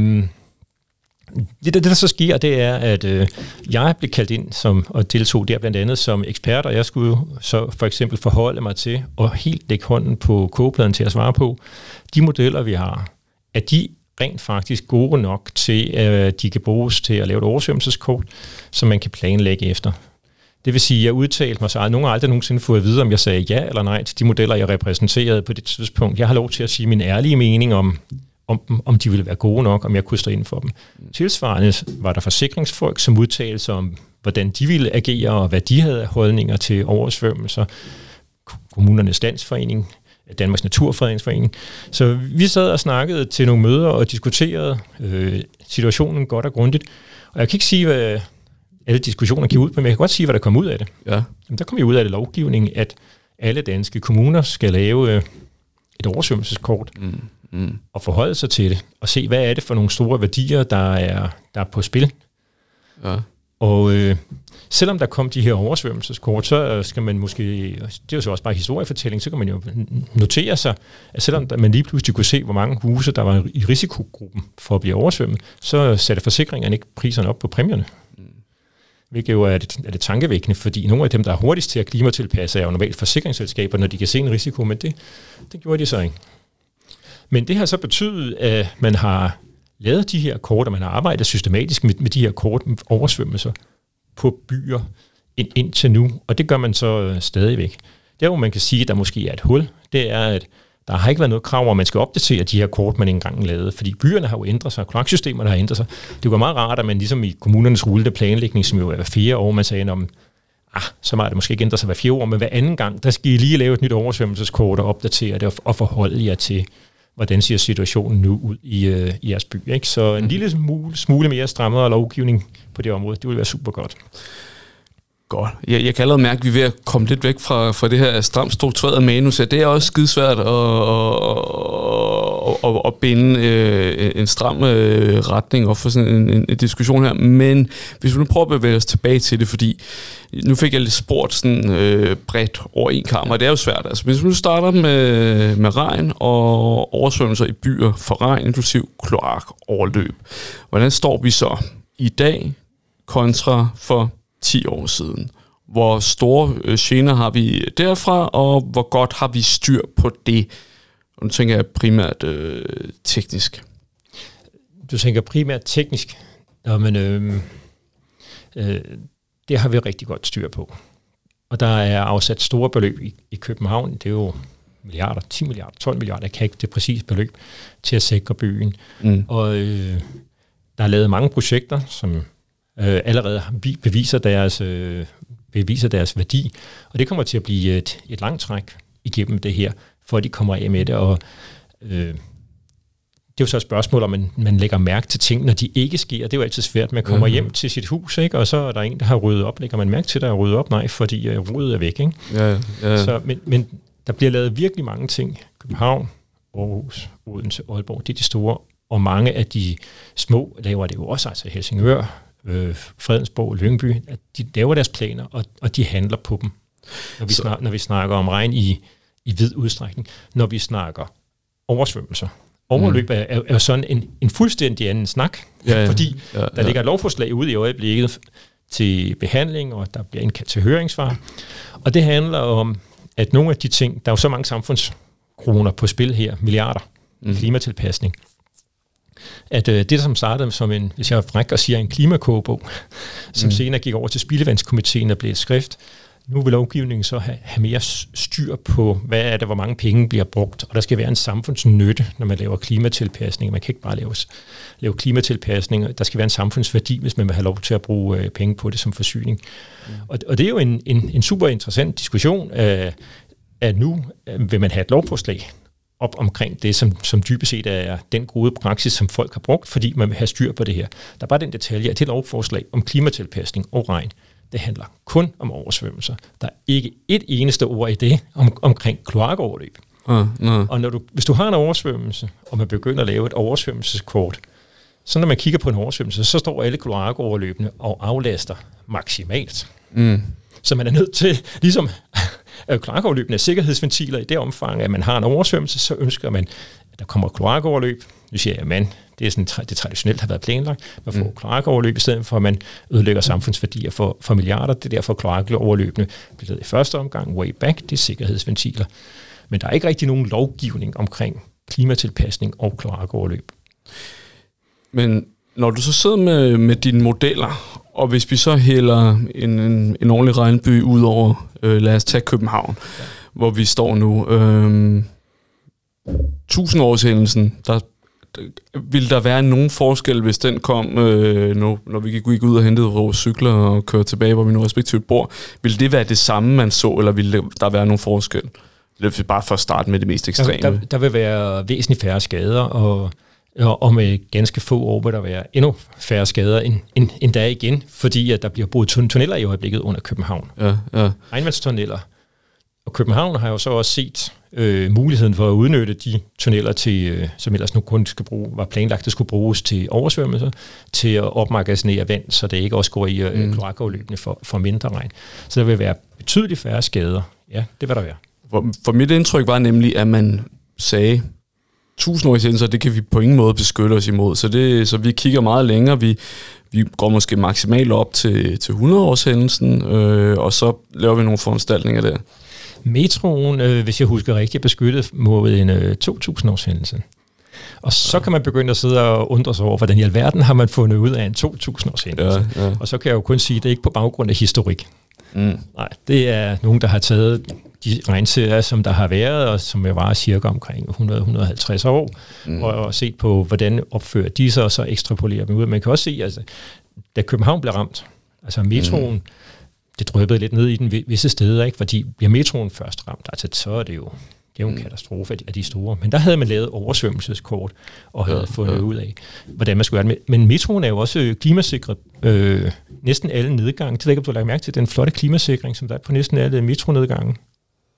det, der så sker, det er, at jeg blev kaldt ind og deltog der blandt andet som ekspert, og jeg skulle så for eksempel forholde mig til og helt lægge hånden på kogepladen til at svare på, de modeller, vi har, at de rent faktisk gode nok til, at de kan bruges til at lave et oversvømmelseskort, som man kan planlægge efter. Det vil sige, at jeg udtalte mig, så nogen har aldrig nogensinde fået at vide, om jeg sagde ja eller nej til de modeller, jeg repræsenterede på det tidspunkt. Jeg har lov til at sige min ærlige mening om de ville være gode nok, om jeg kunne stå inden for dem. Tilsvarende var der forsikringsfolk, som udtalte sig om, hvordan de ville agere, og hvad de havde holdninger til oversvømmelser. Kommunernes Landsforening, Danmarks Naturfredningsforening. Så vi sad og snakkede til nogle møder og diskuterede situationen godt og grundigt. Og jeg kan ikke sige, hvad alle diskussioner gik ud på, men jeg kan godt sige, hvad der kom ud af det. Ja. Jamen, der kom jo ud af det lovgivning, at alle danske kommuner skal lave et oversvømmelseskort og forholde sig til det, og se, hvad er det for nogle store værdier, der er på spil. Ja. Og selvom der kom de her oversvømmelseskort, så skal man måske, det er jo så også bare historiefortælling, så kan man jo notere sig, at selvom man lige pludselig kunne se, hvor mange huse, der var i risikogruppen for at blive oversvømmet, så satte forsikringerne ikke priserne op på præmierne. Hvilket jo er det tankevækkende, fordi nogle af dem, der er hurtigst til at klimatilpasse, er jo normalt forsikringsselskaber, når de kan se en risiko, men det gjorde de så ikke. Men det har så betydet, at man har lavet de her kort, og man har arbejdet systematisk med de her kort med oversvømmelser på byer indtil nu, og det gør man så stadigvæk. Der hvor man kan sige, at der måske er et hul, det er, at der har ikke været noget krav, om man skal opdatere de her kort, man engang lavede, fordi byerne har jo ændret sig, kloaksystemerne har ændret sig. Det var meget rart, at man ligesom i kommunernes rullende planlægning, som jo er hver 4 år, man sagde om, så meget det måske ikke ændret sig hver 4 år, men hver anden gang, der skal I lige lave et nyt oversvømmelseskort og opdatere det og forholde jer til, hvordan ser situationen nu ud i jeres by. Ikke? Så en lille smule mere strammet lovgivning på det område, det ville være super godt. Godt. Jeg kan allerede mærke, at vi er ved at komme lidt væk fra det her stramt strukturerede manus. Det er også skidesvært at binde en stram retning op for sådan en diskussion her, men hvis vi nu prøver at bevæge os tilbage til det, fordi nu fik jeg lidt spurgt sådan bredt over en kammer, og det er jo svært. Altså, hvis vi nu starter med regn og oversvømmelser i byer for regn, inklusiv kloakoverløb, hvordan står vi så i dag kontra for 10 år siden? Hvor store gener har vi derfra, og hvor godt har vi styr på det? Og nu tænker jeg primært teknisk. Du tænker primært teknisk? Nå, men det har vi rigtig godt styr på. Og der er afsat store beløb i København. Det er jo milliarder, 10 milliarder, 12 milliarder, jeg kan ikke det præcise beløb, til at sikre byen. Og der er lavet mange projekter, som allerede beviser deres værdi, og det kommer til at blive et langt træk igennem det her, for at de kommer af med det, og det er jo så et spørgsmål, om man lægger mærke til ting, når de ikke sker. Det er jo altid svært, man kommer hjem til sit hus, ikke? Og så er der en, der har ryddet op. Lægger man mærke til, der er ryddet op? Nej, fordi rodet er væk. Ikke? Ja. Så, men der bliver lavet virkelig mange ting. København, Aarhus, Odense, Aalborg, det er de store, og mange af de små laver det jo også, altså Helsingør, Fredensborg, Lyngby, at de laver deres planer, og de handler på dem. Når vi snakker om regn i vid udstrækning. Når vi snakker oversvømmelser. Overløb er sådan en fuldstændig anden snak, fordi der ligger et lovforslag ude i øjeblikket til behandling, og der bliver indkaldt til høringssvar. Og det handler om, at nogle af de ting, der er jo så mange samfundskroner på spil her, milliarder, klimatilpasning, at det, som startede som hvis jeg fræk og siger, en klimakogebog, som senere gik over til Spildevandskomiteen og blev et skrift, nu vil lovgivningen så have mere styr på, hvad er det, hvor mange penge bliver brugt, og der skal være en samfundsnytte, når man laver klimatilpasning. Man kan ikke bare lave klimatilpasning. Der skal være en samfundsværdi, hvis man vil have lov til at bruge penge på det som forsyning. Og det er jo en super interessant diskussion, at nu vil man have et lovforslag op omkring det, som dybest set er den gode praksis, som folk har brugt, fordi man vil have styr på det her. Der er bare den detalje, at det lovforslag om klimatilpasning og regn, det handler kun om oversvømmelser. Der er ikke et eneste ord i det omkring kloakoverløb. Og hvis du har en oversvømmelse, og man begynder at lave et oversvømmelseskort, så når man kigger på en oversvømmelse, så står alle kloakoverløbene og aflaster maksimalt. Så man er nødt til, ligesom kloakoverløbene er sikkerhedsventiler i det omfang, at man har en oversvømmelse, så ønsker man, at der kommer kloakoverløb. Nu siger jeg, man, det er sådan, det traditionelt har været planlagt. Man får kloakoverløb i stedet for, at man ødelægger samfundsværdier for milliarder. Det er derfor, kloakoverløbene bliver lavet i første omgang, way back, det er sikkerhedsventiler. Men der er ikke rigtig nogen lovgivning omkring klimatilpasning og kloakoverløb. Men når du så sidder med dine modeller, og hvis vi så hælder en ordentlig regnby ud over, lad os tage København, hvor vi står nu, 1000-årshændelsen, vil der være nogen forskel, hvis den kom, når vi gik ud og hentede vores cykler og kørte tilbage, hvor vi nu respektivt bor? Vil det være det samme, man så, eller vil der være nogen forskel? Det er bare for at starte med det mest ekstreme. Der vil være væsentligt færre skader, og med ganske få år vil der være endnu færre skader end der er igen, fordi at der bliver boret tunneller i øjeblikket under København. Regnvandstunneller. Og København har jo så også set muligheden for at udnytte de tunneller til, som ellers nu kun var planlagt, at skulle bruges til oversvømmelser, til at opmagasinere vand, så det ikke også går i kloakoverløbene for mindre regn. Så der vil være betydeligt færre skader. Ja, det vil der være. For mit indtryk var nemlig, at man sagde, 1000-årshændelser, det kan vi på ingen måde beskytte os imod. Så vi kigger meget længere. Vi går måske maksimalt op til 100-årshændelsen, og så laver vi nogle foranstaltninger der. Metroen, hvis jeg husker rigtigt, er beskyttet mod en 2000-årshændelse. Og så kan man begynde at sidde og undre sig over, hvordan i alverden har man fundet ud af en 2000-årshændelse. Ja. Og så kan jeg jo kun sige, at det er ikke på baggrund af historik. Nej, det er nogen, der har taget de regnserier, som der har været, og som var cirka omkring 100-150 år, og set på, hvordan opfører de sig, og så ekstrapolerer dem ud. Man kan også se, altså, da København blev ramt, altså metroen, det dryppede lidt ned i den visse steder, ikke? Fordi bliver metroen først ramt, altså, så er det jo en katastrofe af de store. Men der havde man lavet oversvømmelseskort, og havde fundet ud af, hvordan man skulle gøre det. Men metroen er jo også klimasikret. Næsten alle nedgange. Det ved ikke, om du har lagt mærke til den flotte klimasikring, som der er på næsten alle metronedgange.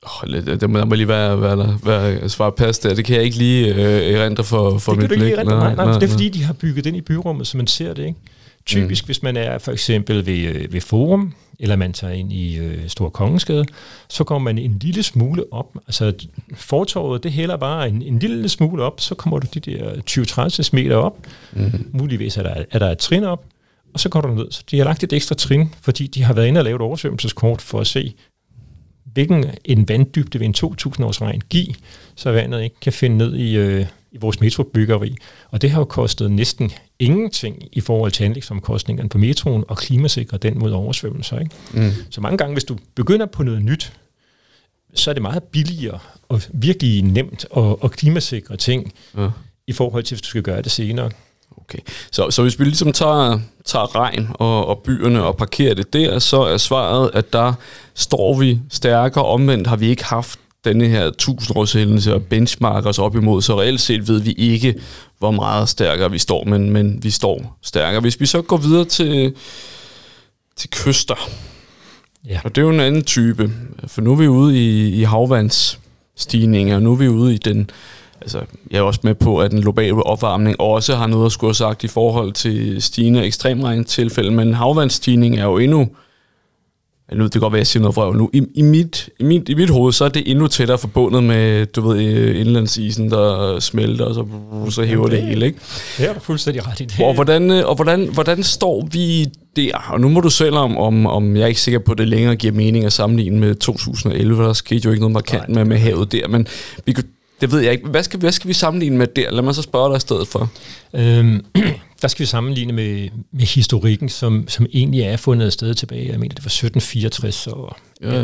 Det må lige være svare pas der. Det kan jeg ikke lige erindre for mit blik. Nej, det er fordi, de har bygget ind i byrummet, så man ser det, ikke? Typisk, hvis man er for eksempel ved Forum, eller man tager ind i Store Kongensgade, så kommer man en lille smule op. Altså fortorvet, det hælder bare en lille smule op, så kommer du de der 20-30 meter op. Muligvis er der et trin op, og så går du ned. Så de har lagt et ekstra trin, fordi de har været inde og lavet et oversvømmelseskort for at se, hvilken en vanddybde ved en 2.000 års regn give, så vandet ikke kan finde ned i vores metrobyggeri. Og det har jo kostet næsten ingenting i forhold til anlægsomkostningerne på metroen og klimasikre den mod oversvømmelser. Ikke? Så mange gange, hvis du begynder på noget nyt, så er det meget billigere og virkelig nemt at klimasikre ting i forhold til, hvis du skal gøre det senere. Okay. Så hvis vi ligesom tager regn og byerne og parkerer det der, så er svaret, at der står vi stærkere. Omvendt har vi ikke haft denne her 1000-års hændelse og benchmarker os op imod, så reelt set ved vi ikke, hvor meget stærkere vi står, men vi står stærkere. Hvis vi så går videre til kyster, og det er jo en anden type, for nu er vi ude i havvandsstigninger, og nu er vi ude i den. Altså, jeg er også med på, at den globale opvarmning også har noget at skulle have sagt i forhold til stigende ekstremregntilfælde, men havvandsstigning er jo endnu, det kan godt være, at jeg siger noget fra nu, i mit hoved, så er det endnu tættere forbundet med, du ved, indlandsisen, der smelter, og så hæver det hele, ikke? Det er du fuldstændig ret i det. Og hvordan står vi der? Og nu må du selv om jeg er ikke sikker på, at det længere giver mening at sammenligne med 2011, der skete jo ikke noget markant med havet der, men det ved jeg ikke. Hvad skal vi sammenligne med der? Lad mig så spørge dig i stedet for. Der skal vi sammenligne med historikken, som egentlig er fundet sted tilbage. Jeg mener, det var 1764 og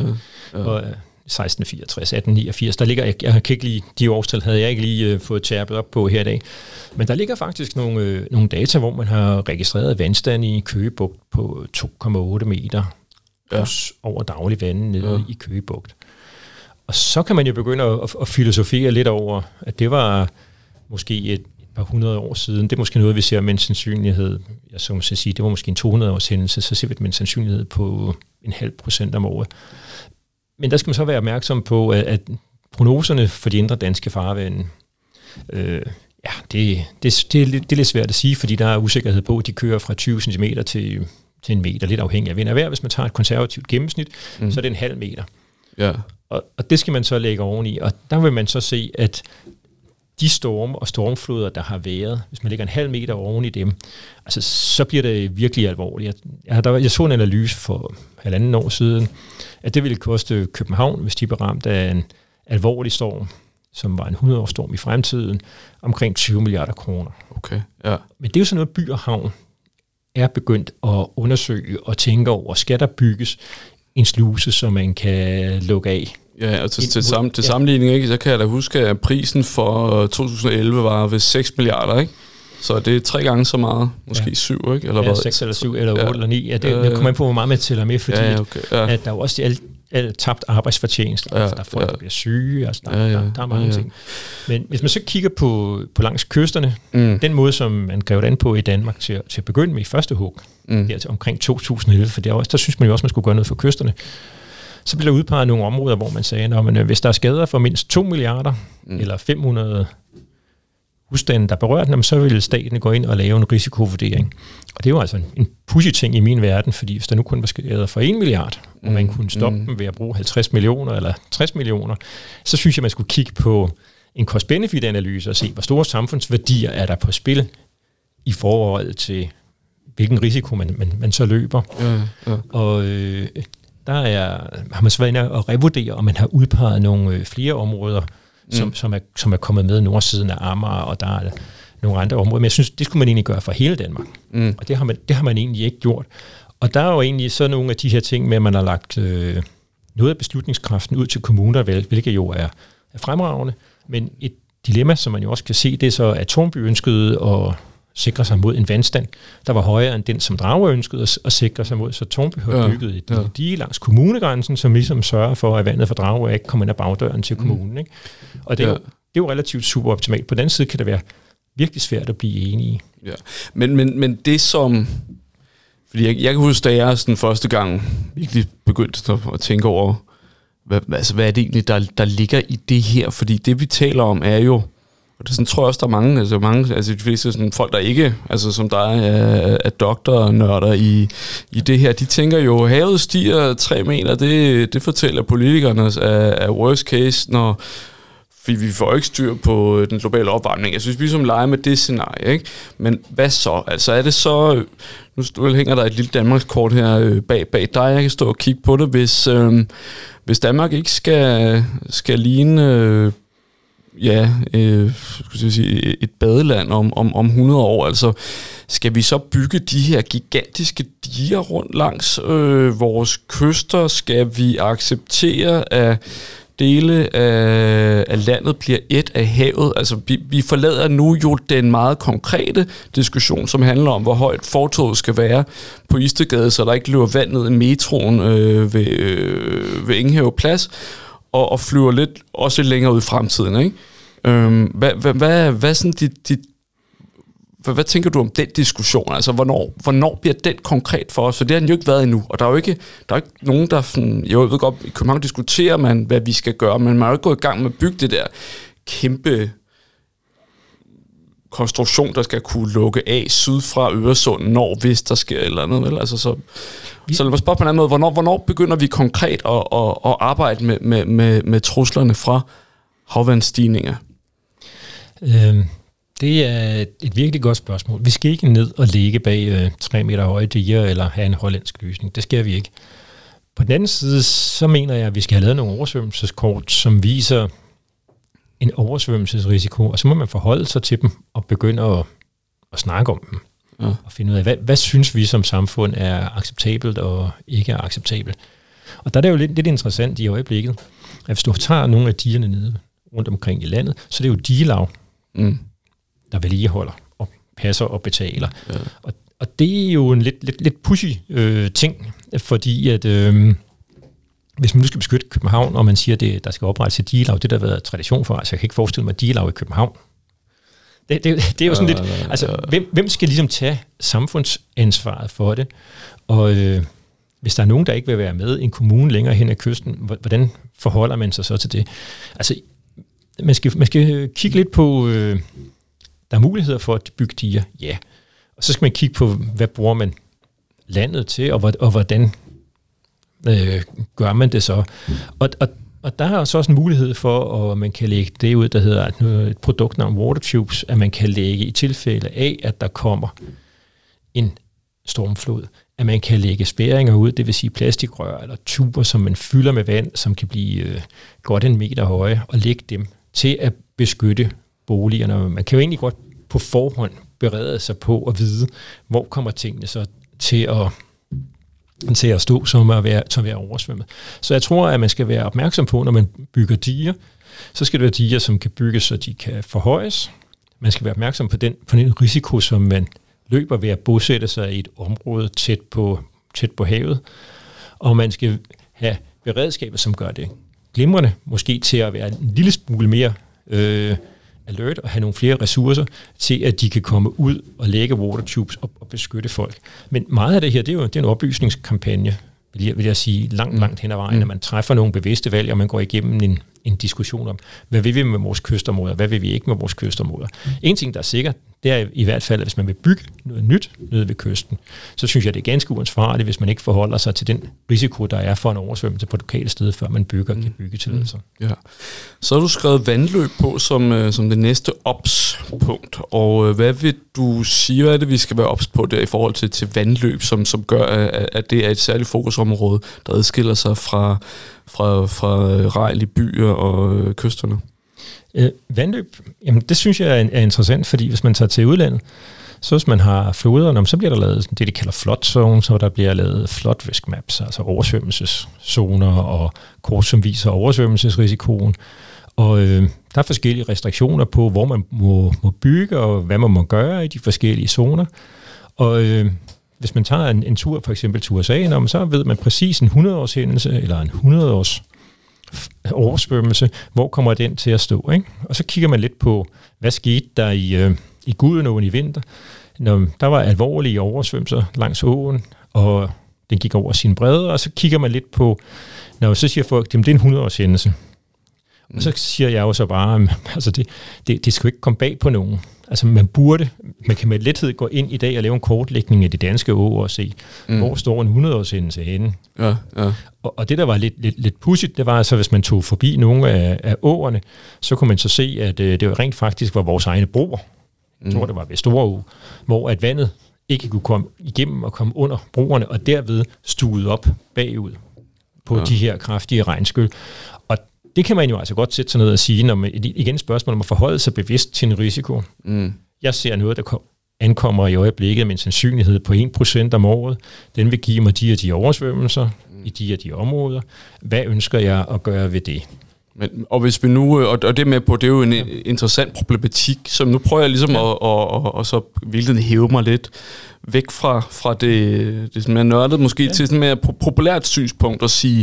1664, 1889. Der ligger, jeg kan ikke lige, de årstal havde jeg ikke lige fået tærpet op på her i dag. Men der ligger faktisk nogle data, hvor man har registreret vandstand i Køge Bugt på 2,8 meter over daglig vand nede i Køge Bugt. Og så kan man jo begynde at filosofere lidt over, at det var måske et par 100 år siden. Det er måske noget, vi ser med en sandsynlighed. Jeg så må sige, det var måske en 200 års hændelse, så ser vi med en sandsynlighed på 0,5% om året. Men der skal man så være opmærksom på, at prognoserne for de indre danske farvande, det er lidt svært at sige, fordi der er usikkerhed på, at de kører fra 20 cm til en meter, lidt afhængig af vind og vejr. Hvis man tager et konservativt gennemsnit, så er det 0,5 meter. Ja. Og det skal man så lægge oveni, og der vil man så se, at de storme og stormfloder, der har været, hvis man lægger 0,5 meter oven i dem, altså, så bliver det virkelig alvorligt. Jeg så en analyse for 1,5 år siden, at det ville koste København, hvis de blev ramt af en alvorlig storm, som var en 100-års storm i fremtiden, omkring 20 milliarder kroner. Okay, ja. Men det er jo sådan noget, By og Havn er begyndt at undersøge og tænke over. Skal der bygges en sluse, som man kan lukke af? Ja, og til sammenligning, ikke, så kan jeg da huske, at prisen for 2011 var ved 6 milliarder, ikke? Så det er 3 gange så meget, måske 7, ikke? Eller 6 eller 7 eller 8 eller 9. Ja, det kommer man på, hvor meget man tæller med, fordi at der er jo også alt tabt arbejdsfortjeneste. Der er folk, der bliver syge, altså der er mange ting. Men hvis man så kigger på langs kysterne, den måde, som man greb an på i Danmark til at begynde med i første hug, altså omkring 2011, for der synes man jo også, man skulle gøre noget for kysterne, så bliver der udpeget nogle områder, hvor man sagde, at hvis der er skader for mindst 2 milliarder eller 500 husstande, der er berørt, så vil staten gå ind og lave en risikovurdering. Og det er jo altså en pudsig ting i min verden, fordi hvis der nu kun var skader for 1 milliard, og man kunne stoppe dem ved at bruge 50 millioner eller 60 millioner, så synes jeg, man skulle kigge på en cost-benefit-analyse og se, hvor store samfundsværdier er der på spil i forhold til, hvilken risiko man så løber. Og der har man så været inde og revurdere, og man har udpeget nogle flere områder, som er kommet med nordsiden af Amager, og der er nogle andre områder. Men jeg synes, det skulle man egentlig gøre for hele Danmark. Og det har man egentlig ikke gjort. Og der er jo egentlig så nogle af de her ting med, at man har lagt noget af beslutningskraften ud til kommuner, hvilket jo er fremragende. Men et dilemma, som man jo også kan se, det er så, at Tornby ønskede at sikre sig mod en vandstand, der var højere end den, som Dragør ønskede at sikre sig mod. Så Tornby har bygget et dige langs kommunegrænsen, som ligesom sørger for, at vandet fra Dragør ikke kommer ind ad bagdøren til kommunen. Ikke? Og det er jo relativt super optimalt. På den anden side kan det være virkelig svært at blive enige. Ja. Men det som... Fordi jeg kan huske, da jeg sådan første gang virkelig begyndte at tænke over, hvad er det egentlig, der ligger i det her? Fordi det, vi taler om, er jo, og det sådan, tror jeg også, der er mange, altså de fleste sådan, folk, der ikke, altså som der er doktornørder i det her, de tænker jo, havet stiger 3 meter, det fortæller politikerne er worst case, når vi får ikke styr på den globale opvarmning. Jeg synes, vi som leger med det scenarie, ikke? Men hvad så? Altså er det så, nu hænger der et lille Danmarkskort her bag dig, jeg kan stå og kigge på det, hvis Danmark ikke skal ligne et badeland om 100 år, altså skal vi så bygge de her gigantiske diger rundt langs vores kyster? Skal vi acceptere, at dele af landet bliver et af havet? Altså vi forlader nu jo den meget konkrete diskussion, som handler om, hvor højt fortovet skal være på Istedgade, så der ikke løber vand ned i metroen ved Enghave Plads, og flyver lidt også lidt længere ud i fremtiden, ikke? Hvad tænker du om den diskussion? Altså, hvornår bliver den konkret for os? For det har den jo ikke været endnu, og der er jo ikke nogen, der sådan, jeg ved godt, i København diskuterer man, hvad vi skal gøre, men man har jo ikke gået i gang med at bygge det der kæmpe konstruktion, der skal kunne lukke af syd fra Øresund, hvis der sker et eller andet, vel? Altså, så lad mig spørge på en anden måde, hvornår begynder vi konkret at arbejde med truslerne fra havvandsstigninger? Det er et virkelig godt spørgsmål. Vi skal ikke ned og ligge bag 3 meter høje diger eller have en hollandsk løsning. Det skal vi ikke. På den anden side, så mener jeg, at vi skal have lavet nogle oversvømmelseskort, som viser en oversvømmelsesrisiko, og så må man forholde sig til dem og begynde at snakke om dem. Ja. Og finde ud af, hvad synes vi som samfund er acceptabelt og ikke er acceptabelt. Og der er det jo lidt interessant i øjeblikket, at hvis du tager nogle af digerne nede rundt omkring i landet, så det er jo digelav, der vedligeholder og passer og betaler. Ja. Og det er jo en lidt pushy ting, fordi at hvis man nu skal beskytte København, og man siger, at der skal oprettes et digelav, det der har været tradition for, altså jeg kan ikke forestille mig et digelav i København. Det er jo sådan lidt, altså hvem skal ligesom tage samfundsansvaret for det? Og hvis der er nogen, der ikke vil være med i en kommune længere hen ad kysten, hvordan forholder man sig så til det? Altså man skal kigge lidt på, der er muligheder for at bygge diger, ja. Og så skal man kigge på, hvad bruger man landet til, og hvordan gør man det så. Og der er så også en mulighed for, at man kan lægge det ud, der hedder et produktnavn Water Tubes, at man kan lægge i tilfælde af, at der kommer en stormflod, at man kan lægge spærringer ud, det vil sige plastikrør eller tuber, som man fylder med vand, som kan blive godt 1 meter høje, og lægge dem til at beskytte boligerne. Man kan jo egentlig godt på forhånd berede sig på at vide, hvor kommer tingene så til at stå, som at være oversvømmet. Så jeg tror, at man skal være opmærksom på, når man bygger diger, så skal det være diger, som kan bygges, så de kan forhøjes. Man skal være opmærksom på den risiko, som man løber ved at bosætte sig i et område tæt på havet. Og man skal have beredskaber, som gør det glimrende, måske til at være en lille smule mere alert og have nogle flere ressourcer til, at de kan komme ud og lægge water tubes og beskytte folk. Men meget af det her, det er en oplysningskampagne, vil jeg sige, langt hen ad vejen, at man træffer nogle bevidste valg, og man går igennem en diskussion om, hvad vil vi med vores kystområder, hvad vil vi ikke med vores kystområder. En ting, der er sikkert, det er i hvert fald, at hvis man vil bygge noget nyt nede ved kysten, så synes jeg, det er ganske uansvarligt, hvis man ikke forholder sig til den risiko, der er for en oversvømmelse på et lokalt sted, før man kan bygge tilladelser. Ja. Så har du skrevet vandløb på som det næste ops-punkt, og hvad vil du sige, hvad er det, vi skal være ops på der i forhold til vandløb, som gør, at det er et særligt fokusområde, der adskiller sig fra rejl i byer og kysterne? Vandløb, jamen det synes jeg er interessant, fordi hvis man tager til udlandet, så hvis man har floderne, så bliver der lavet det, de kalder flood zones, så der bliver lavet flood risk maps, altså oversvømmelseszoner og kort, som viser oversvømmelsesrisikoen. Og der er forskellige restriktioner på, hvor man må bygge, og hvad man må gøre i de forskellige zoner. Og hvis man tager en tur, for eksempel til USA, så ved man præcis en 100-års hændelse, eller en 100-års oversvømmelse, hvor kommer den til at stå, ikke? Og så kigger man lidt på, hvad skete der i Gudenåen i vinter, når der var alvorlige oversvømmelser langs åen, og den gik over sin bredde, og så kigger man lidt på, når så siger folk, det er en 100-års hændelse. Og så siger jeg jo så bare, altså det skal jo ikke komme bag på nogen. Altså man kan med lethed gå ind i dag og lave en kortlægning af de danske åer og se, hvor står en 100-års hændelse henne. Ja. Og det, der var lidt pudsigt, det var altså, hvis man tog forbi nogle af åerne, så kunne man så se, at det jo rent faktisk var vores egne broer. Jeg tror, det var ved Storå, hvor at vandet ikke kunne komme igennem og komme under broerne, og derved stuede op bagud på de her kraftige regnskyl. Og det kan man jo altså godt sætte sig ned og sige, når man, igen et spørgsmål om at forholde sig bevidst til en risiko. Jeg ser noget, der ankommer i øjeblikket med en sandsynlighed på 1% om året. Den vil give mig de og de oversvømmelser i de og de områder. Hvad ønsker jeg at gøre ved det? Og hvis vi nu, og det med på, det er jo en interessant problematik, som nu prøver jeg ligesom at så virkelig hæve mig lidt væk fra det som er nørdet måske, til sådan mere populært synspunkt at sige,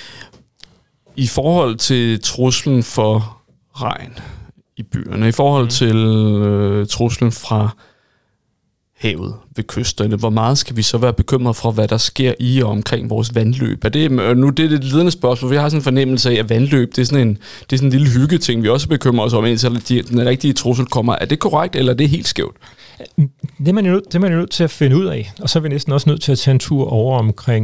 i forhold til truslen for regn i byerne, i forhold til truslen fra havet ved kysterne, hvor meget skal vi så være bekymret for, hvad der sker i og omkring vores vandløb? Det er et ledende spørgsmål, for vi har sådan en fornemmelse af, at vandløb, det er sådan en lille hyggeting, vi også bekymrer os om, indtil den rigtige trussel kommer. Er det korrekt, eller er det helt skævt? Det er man jo nødt til at finde ud af, og så er vi næsten også nødt til at tage en tur over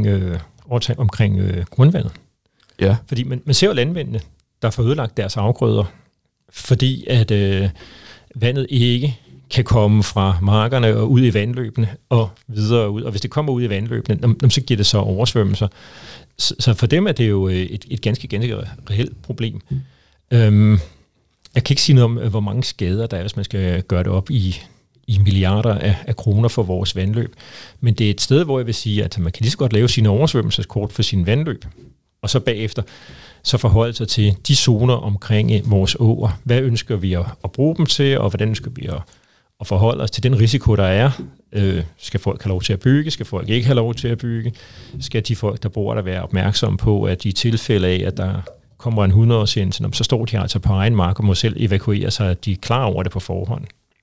omkring grundvandet. Ja. Fordi man ser jo landmændene, der får ødelagt deres afgrøder, fordi at vandet ikke kan komme fra markerne og ud i vandløbene og videre ud. Og hvis det kommer ud i vandløbene, så giver det så oversvømmelser. Så for dem er det jo et ganske reelt problem. Jeg kan ikke sige noget om, hvor mange skader der er, hvis man skal gøre det op i milliarder af kroner for vores vandløb. Men det er et sted, hvor jeg vil sige, at man kan lige så godt lave sine oversvømmelseskort for sine vandløb. Og så bagefter så forholde sig til de zoner omkring vores åer. Hvad ønsker vi at bruge dem til, og hvordan ønsker vi at forholde os til den risiko, der er? Skal folk have lov til at bygge? Skal folk ikke have lov til at bygge? Skal de folk, der bor der, være opmærksomme på, at i tilfælde af, at der kommer en 100-årshændelse, så står de altså på egen mark og må selv evakuere sig, at de er klar over det på forhånd.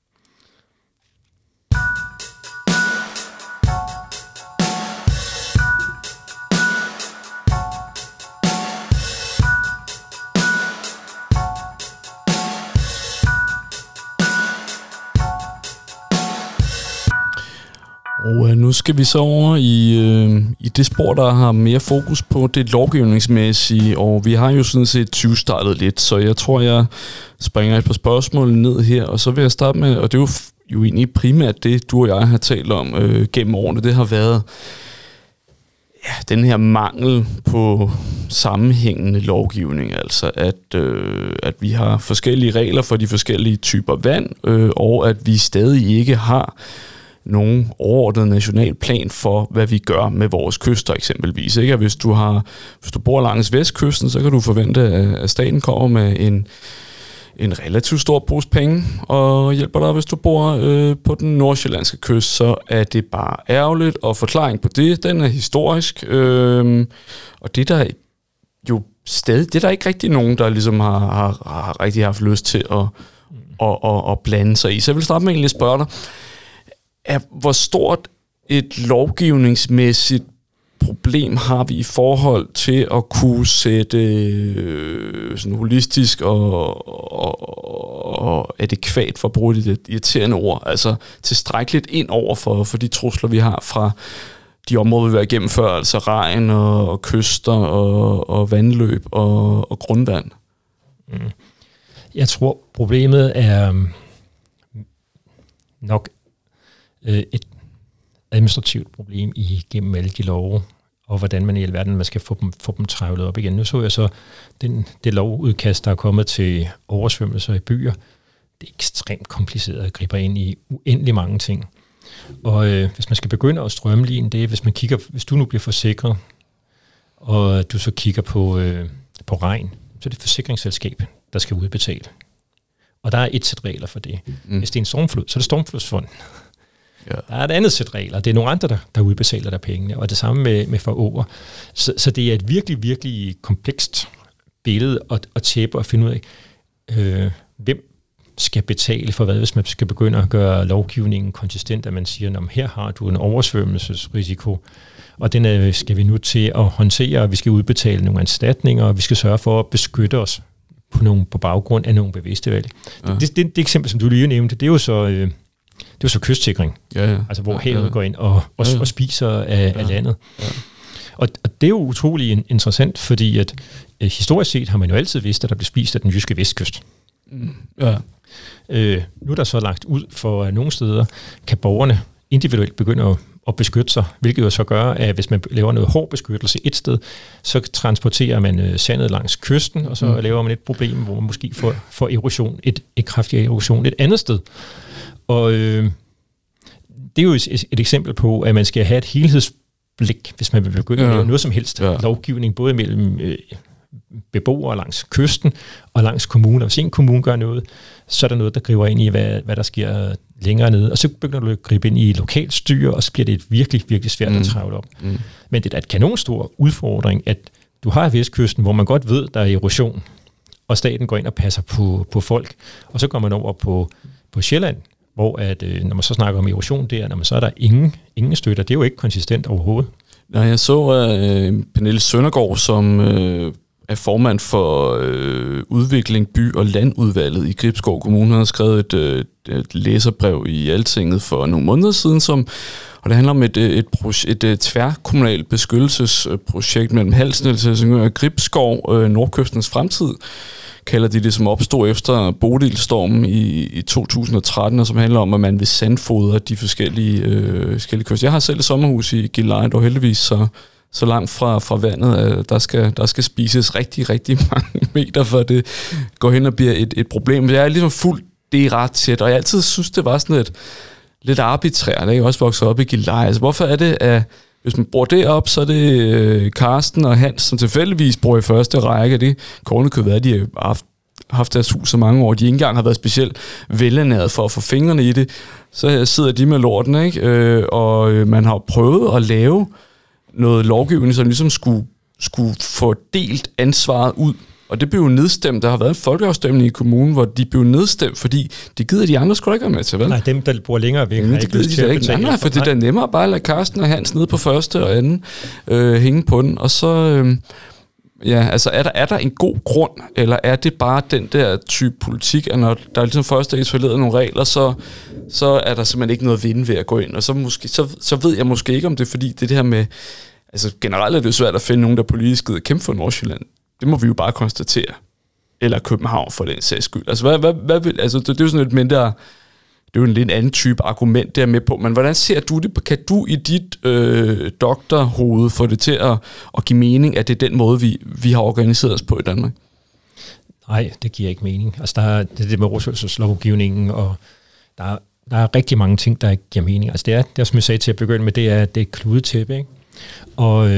Og nu skal vi så over i det spor, der har mere fokus på det lovgivningsmæssige, og vi har jo sådan set 20-startet lidt, så jeg tror, jeg springer et par spørgsmål ned her, og så vil jeg starte med, og det er jo egentlig primært det, du og jeg har talt om gennem årene, det har været den her mangel på sammenhængende lovgivning, altså at vi har forskellige regler for de forskellige typer vand, og at vi stadig ikke har nogen overordnet national plan for, hvad vi gør med vores kyster eksempelvis. Ikke? Hvis du bor langs vestkysten, så kan du forvente, at staten kommer med en relativt stor pose penge og hjælper dig. Hvis du bor på den nordsjællandske kyst, så er det bare ærgerligt, og forklaring på det, den er historisk. Og det der jo stadig, det er der ikke rigtig nogen, der ligesom har rigtig haft lyst til at blande sig i. Så jeg vil starte med egentlig at spørge dig, hvor stort et lovgivningsmæssigt problem har vi i forhold til at kunne sætte sådan holistisk og adekvat, for at bruge det irriterende ord, altså tilstrækkeligt ind over for de trusler, vi har fra de områder, vi vil være igennem før, altså regn og kyster og vandløb og grundvand? Jeg tror, problemet er nok et administrativt problem igennem alle de love, og hvordan man i alverden man skal få dem trævlet op igen. Nu så jeg så det lovudkast, der er kommet til oversvømmelser i byer. Det er ekstremt kompliceret at gribe ind i uendelig mange ting. Og hvis man skal begynde at strømline det, hvis du nu bliver forsikret, og du så kigger på regn, så er det forsikringsselskab, der skal udbetale. Og der er et sæt regler for det. Hvis det er en stormflod, så er det Stormflodsfonden. Ja. Der er et andet sæt regler. Det er nogle andre, der udbetaler der pengene, og det samme med for åer. Så det er et virkelig, virkelig komplekst billede at tæppe og finde ud af, hvem skal betale for hvad, hvis man skal begynde at gøre lovgivningen konsistent, at man siger, her har du en oversvømmelsesrisiko, og den skal vi nu til at håndtere, og vi skal udbetale nogle erstatninger, og vi skal sørge for at beskytte os på baggrund af nogle bevidste valg. Ja. Det eksempel, som du lige nævnte, det er jo så kystsikring, altså hvor havet går ind og spiser af landet. Ja. Og det er jo utrolig interessant, fordi at historisk set har man jo altid vidst, at der bliver spist af den jyske vestkyst. Ja. Nu er der så lagt ud for nogle steder, kan borgerne individuelt begynde at beskytte sig, hvilket jo så gør, at hvis man laver noget hård beskyttelse et sted, så transporterer man sandet langs kysten, og så laver man et problem, hvor man måske får erosion, et kraftig erosion et andet sted. Og det er jo et eksempel på, at man skal have et helhedsblik, hvis man vil begynde at lave noget som helst lovgivning, både mellem beboere langs kysten og langs kommuner. Hvis en kommune gør noget, så er der noget, der griber ind i, hvad der sker længere nede. Og så begynder du at gribe ind i lokalstyre, og så bliver det virkelig, virkelig svært at travle op. Men det er et kanonstor udfordring, at du har Vestkysten, hvor man godt ved, der er erosion, og staten går ind og passer på folk. Og så går man over på Sjælland, hvor at, når man så snakker om erosion der, så er der ingen støtter. Det er jo ikke konsistent overhovedet. Nej, jeg så Pernille Søndergaard, som er formand for udvikling, by- og landudvalget i Gribskov Kommune, har skrevet et læserbrev i Altinget for nogle måneder siden, og det handler om et tværkommunalt beskyttelsesprojekt mellem Halsnæs, Helsingør og Gribskov, Nordkystens fremtid, kalder de det, som opstod efter Bodilstormen i 2013, og som handler om, at man vil sandfodre de forskellige kyster. Jeg har selv et sommerhus i Gilleleje, og heldigvis så langt fra vandet, at der skal spises rigtig, rigtig mange meter, for det går hen og bliver et problem. Men jeg er ligesom fuldt det ret tæt, og jeg altid synes, det var sådan lidt arbitrært. Jeg er også vokset op i Gilleleje. Altså, hvorfor er det, at hvis man bruger det op, så er det Karsten og Hans, som tilfældigvis bor i første række. Det kunne være, at de har haft deres hus så mange år, de ikke engang har været specielt velernæret for at få fingrene i det. Så sidder de med lorten, ikke? Og man har prøvet at lave noget lovgivning, som ligesom skulle få delt ansvaret ud. Og det blev jo nedstemt. Der har været en folkeafstemning i kommunen, hvor de blev nedstemt, fordi det gider de andre sgu ikke være med til, vel? Nej, dem, der bor længere væk, har ikke lyst til at betale. Nej, for det er nemmere bare at lade Karsten og Hans nede på første og anden hænge på den. Og så, altså er der en god grund, eller er det bare den der type politik, at når der ligesom først er etableret nogle regler, så er der simpelthen ikke noget at vinde ved at gå ind. Og så ved jeg måske ikke, om det er fordi det her med, altså generelt er det jo svært at finde nogen, der politisk gider kæmpe for Nordsjælland. Det må vi jo bare konstatere. Eller København for den sags skyld. Altså, hvad vil, altså det er jo sådan et mindre, det er jo en lidt anden type argument der med på, men hvordan ser du det? Kan du i dit doktorhoved få det til at give mening, at det er den måde, vi har organiseret os på i Danmark? Nej, det giver ikke mening. Altså, der er det med rådslovgivningen, og der er rigtig mange ting, der ikke giver mening. Altså, det er som jeg sagde til at begynde med, det er kludetæppe, ikke? Og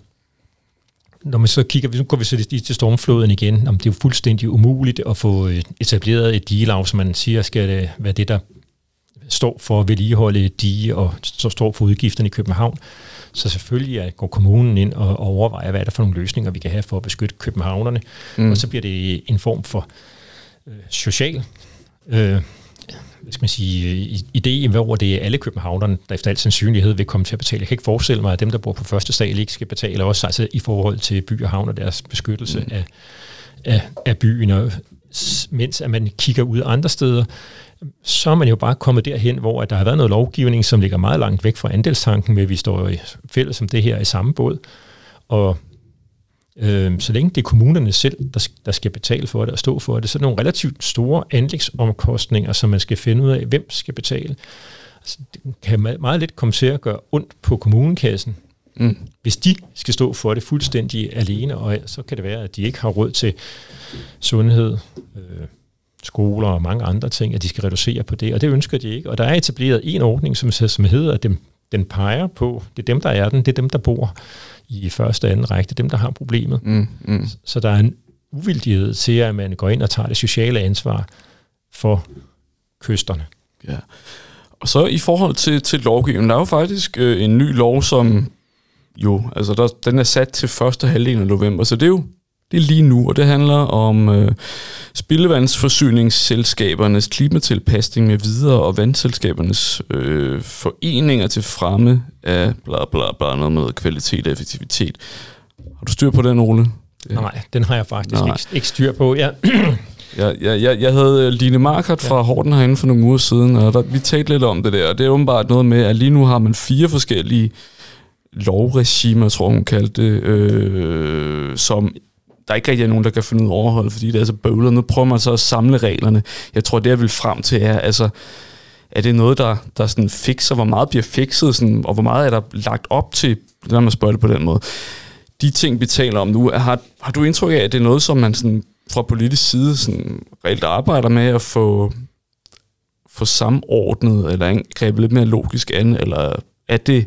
når man så kigger, nu går vi så til stormfloden igen, om det er jo fuldstændig umuligt at få etableret et digelag, som man siger, skal det være det, der står for at vedligeholde dige og står for udgifterne i København. Så selvfølgelig går kommunen ind og overvejer, hvad er der for nogle løsninger, vi kan have for at beskytte københavnerne. Og så bliver det en form for social hvad skal man sige, idé, hvor det er alle københavnerne, der efter al sandsynlighed vil komme til at betale. Jeg kan ikke forestille mig, at dem, der bor på første sal, ikke skal betale også, altså i forhold til by og havn og deres beskyttelse af byen. Og mens at man kigger ud andre steder, så er man jo bare kommet derhen, hvor der har været noget lovgivning, som ligger meget langt væk fra andelstanken, med at vi står i fælles som det her i samme båd. Og så længe det er kommunerne selv, der skal betale for det og stå for det, så er det nogle relativt store anlægsomkostninger, som man skal finde ud af, hvem skal betale. Altså, det kan meget let komme til at gøre ondt på kommunekassen, hvis de skal stå for det fuldstændig alene, og så kan det være, at de ikke har råd til sundhed, skoler og mange andre ting, at de skal reducere på det, og det ønsker de ikke. Og der er etableret en ordning, som hedder, at den peger på, det er dem, der er den, det er dem, der bor i første og anden række, det er dem, der har problemet. Så der er en uvildighed til, at man går ind og tager det sociale ansvar for kysterne. Ja. Og så i forhold til lovgivningen, der er jo faktisk en ny lov, som jo, altså den er sat til første halvdel af november, så det er jo Det er lige nu, og det handler om spildevandsforsyningsselskabernes klimatilpasning med videre og vandselskabernes foreninger til fremme af bla bla bla, noget med kvalitet og effektivitet. Har du styr på den, Ole? Nej, den har jeg faktisk ikke styr på. Ja. Jeg havde Line Markert fra Horten herinde for nogle uger siden, og vi talte lidt om det der, og det er åbenbart noget med, at lige nu har man 4 forskellige lovregimer, tror hun kaldte det, som der ikke rigtig er nogen, der kan finde ud af overholde, fordi det er så bøvlet. Nu prøver man så at samle reglerne. Jeg tror, det jeg vil frem til er det noget, der sådan fikser, hvor meget bliver fikset, sådan, og hvor meget er der lagt op til, lad mig spørge det på den måde. De ting, vi taler om nu, har du indtryk af, at det er noget, som man sådan fra politisk side sådan reelt arbejder med at få samordnet, eller grebet lidt mere logisk an, eller er det...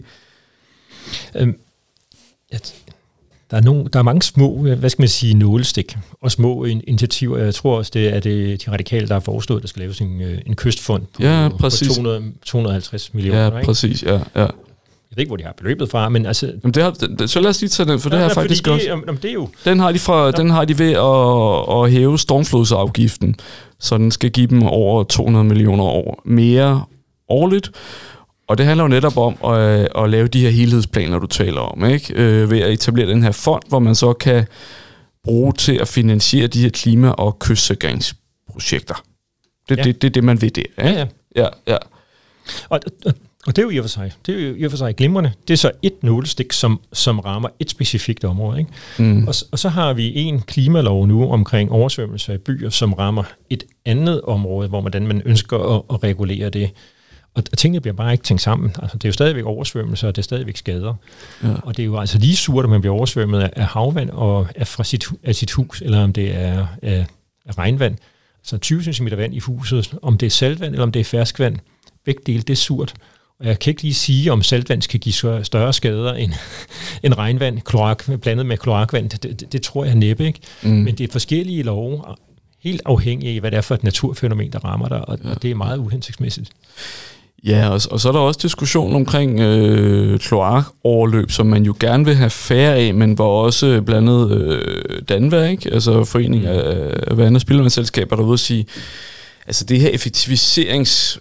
Der er mange små, nålestik og små initiativer. Jeg tror også, det er de radikale, der har foreslået, at der skal laves en kystfond på 250 millioner. Ja, præcis, ja. Jeg ved ikke, hvor de har beløbet fra, men altså... Jamen så lad os lige tage den, for det har faktisk også... Det er jo... Den har de ved at hæve stormflodsafgiften, så den skal give dem over 200 millioner mere årligt. Og det handler jo netop om at lave de her helhedsplaner, du taler om, ikke? Ved at etablere den her fond, hvor man så kan bruge til at finansiere de her klima- og kystsikringsprojekter. Det er det, man ved det. Ikke? Ja. Og det er jo i og for sig glimrende. Det er så et nålestik, som rammer et specifikt område. Ikke? Mm. Og så har vi en klimalov nu omkring oversvømmelser i byer, som rammer et andet område, hvordan man ønsker at regulere det. Og tingene bliver bare ikke tænkt sammen. Altså, det er jo stadigvæk oversvømmelser, og det er stadigvæk skader. Ja. Og det er jo altså lige surt, at man bliver oversvømmet af havvand og af sit hus, eller om det er af regnvand. Altså 20 cm vand i huset, om det er saltvand, eller om det er ferskvand. Begge dele, det er surt. Og jeg kan ikke lige sige, om saltvand skal give større skader end regnvand, blandet med kloakvand. Det tror jeg næppe, ikke? Mm. Men det er forskellige love, helt afhængige af, hvad det er for et naturfænomen, der rammer dig, og det er meget uhensigtsmæssigt. Ja, og så er der også diskussion omkring kloakoverløb, som man jo gerne vil have færre af, men hvor også blandet Danva, ikke? Altså forening af vand- og spildevandsselskaber, der vil sige, altså det her effektiviserings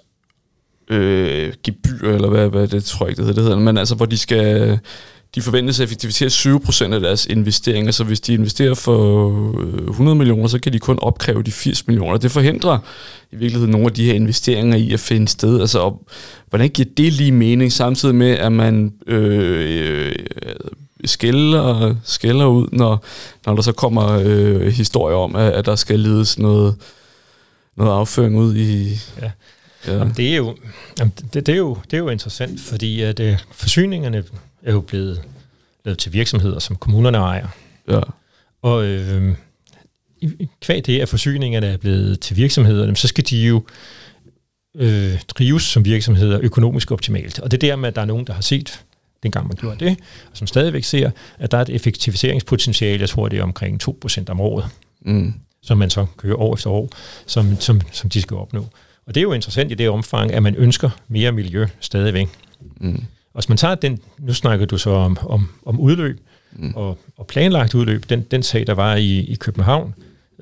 gebyr, eller hvad det tror jeg ikke, det hedder, men altså hvor de forventes at effektivisere 20% af deres investeringer, så hvis de investerer for 100 millioner, så kan de kun opkræve de 80 millioner. Det forhindrer i virkeligheden nogle af de her investeringer i at finde sted. Altså, hvordan giver det lige mening, samtidig med, at man skælder ud, når der så kommer historier om, at der skal ledes noget afføring ud i... Ja. Ja. Jamen, det er jo interessant, fordi at forsyningerne er jo blevet lavet til virksomheder, som kommunerne ejer. Ja. Og kvad det, at forsyningerne er blevet til virksomheder, så skal de jo drives som virksomheder økonomisk optimalt. Og det er der med, at der er nogen, der har set, dengang man gjorde det, og som stadigvæk ser, at der er et effektiviseringspotentiale, jeg tror, det er omkring 2% om året, som man så kører år efter år, som de skal opnå. Og det er jo interessant i det omfang, at man ønsker mere miljø stadigvæk. Mm. Og hvis man tager den, nu snakker du så om udløb, og planlagt udløb, den sag, der var i København,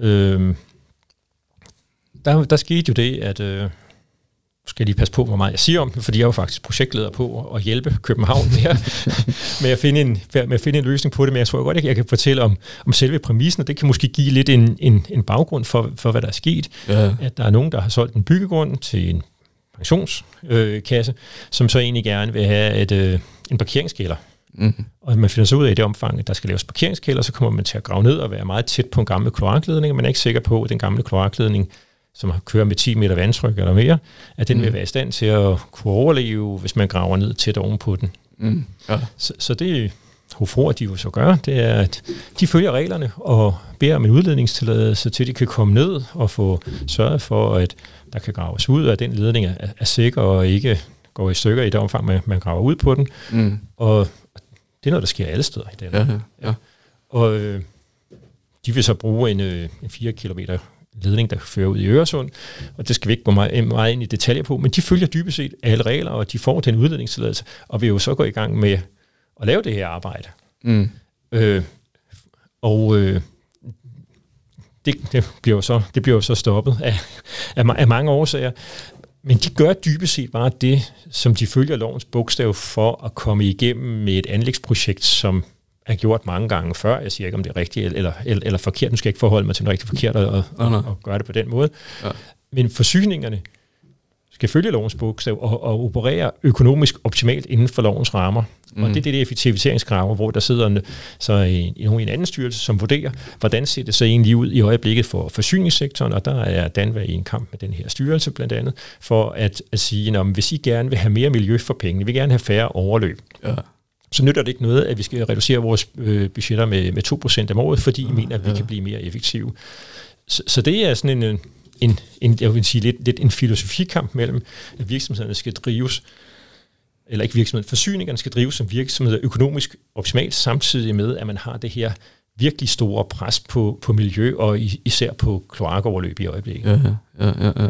der skete jo det, at skal lige passe på, hvor meget jeg siger om det, fordi jeg er jo faktisk projektleder på at hjælpe København med at finde en løsning på det, men jeg tror godt, at jeg kan fortælle om selve præmissen, og det kan måske give lidt en baggrund for, hvad der er sket. Ja. At der er nogen, der har solgt en byggegrund til en pensionskasse, som så egentlig gerne vil have en parkeringskælder. Mm. Og man finder så ud af i det omfang, at der skal laves parkeringskælder, så kommer man til at grave ned og være meget tæt på en gammel kloakledning, og man er ikke sikker på, at den gamle kloakledning, som kører med 10 meter vandtryk eller mere, at den vil være i stand til at kunne overleve, hvis man graver ned tæt ovenpå den. Mm. Ja. Så det Hofro, de jo så gør, det er, at de følger reglerne og beder om en udledningstilladelse, til de kan komme ned og få sørget for, at der kan graves ud, og at den ledning er sikker og ikke går i stykker i det omfang, man graver ud på den. Mm. Og det er noget, der sker alle steder i Danmark. Ja. Og de vil så bruge en 4 kilometer ledning, der fører ud i Øresund, og det skal vi ikke gå meget ind i detaljer på, men de følger dybest set alle regler, og de får den udledningstilladelse, og vil jo så gå i gang med at lave det her arbejde. Mm. det bliver jo så stoppet af mange årsager. Men de gør dybest set bare det, som de følger lovens bogstav for at komme igennem med et anlægsprojekt, som er gjort mange gange før. Jeg siger ikke, om det er rigtigt eller forkert. Nu skal jeg ikke forholde mig til det rigtigt forkert og gøre det på den måde. Ja. Men forsyningerne skal følge lovens bogstav og operere økonomisk optimalt inden for lovens rammer. Og det er det effektiviseringskrav, hvor der sidder så en anden styrelse, som vurderer, hvordan ser det så egentlig ud i øjeblikket for forsyningssektoren, og der er DANVA i en kamp med den her styrelse blandt andet, for at sige, at hvis I gerne vil have mere miljø for pengene, vi gerne have færre overløb, så nytter det ikke noget, at vi skal reducere vores budgetter med 2% om året, fordi I mener, at vi kan blive mere effektive. Så det er sådan jeg vil sige lidt en filosofikamp mellem, at virksomhederne skal drives, eller ikke virksomheden, forsyningerne skal drives som virksomheder økonomisk optimalt, samtidig med, at man har det her virkelig store pres på miljø, og især på kloakoverløb i øjeblikket. Ja.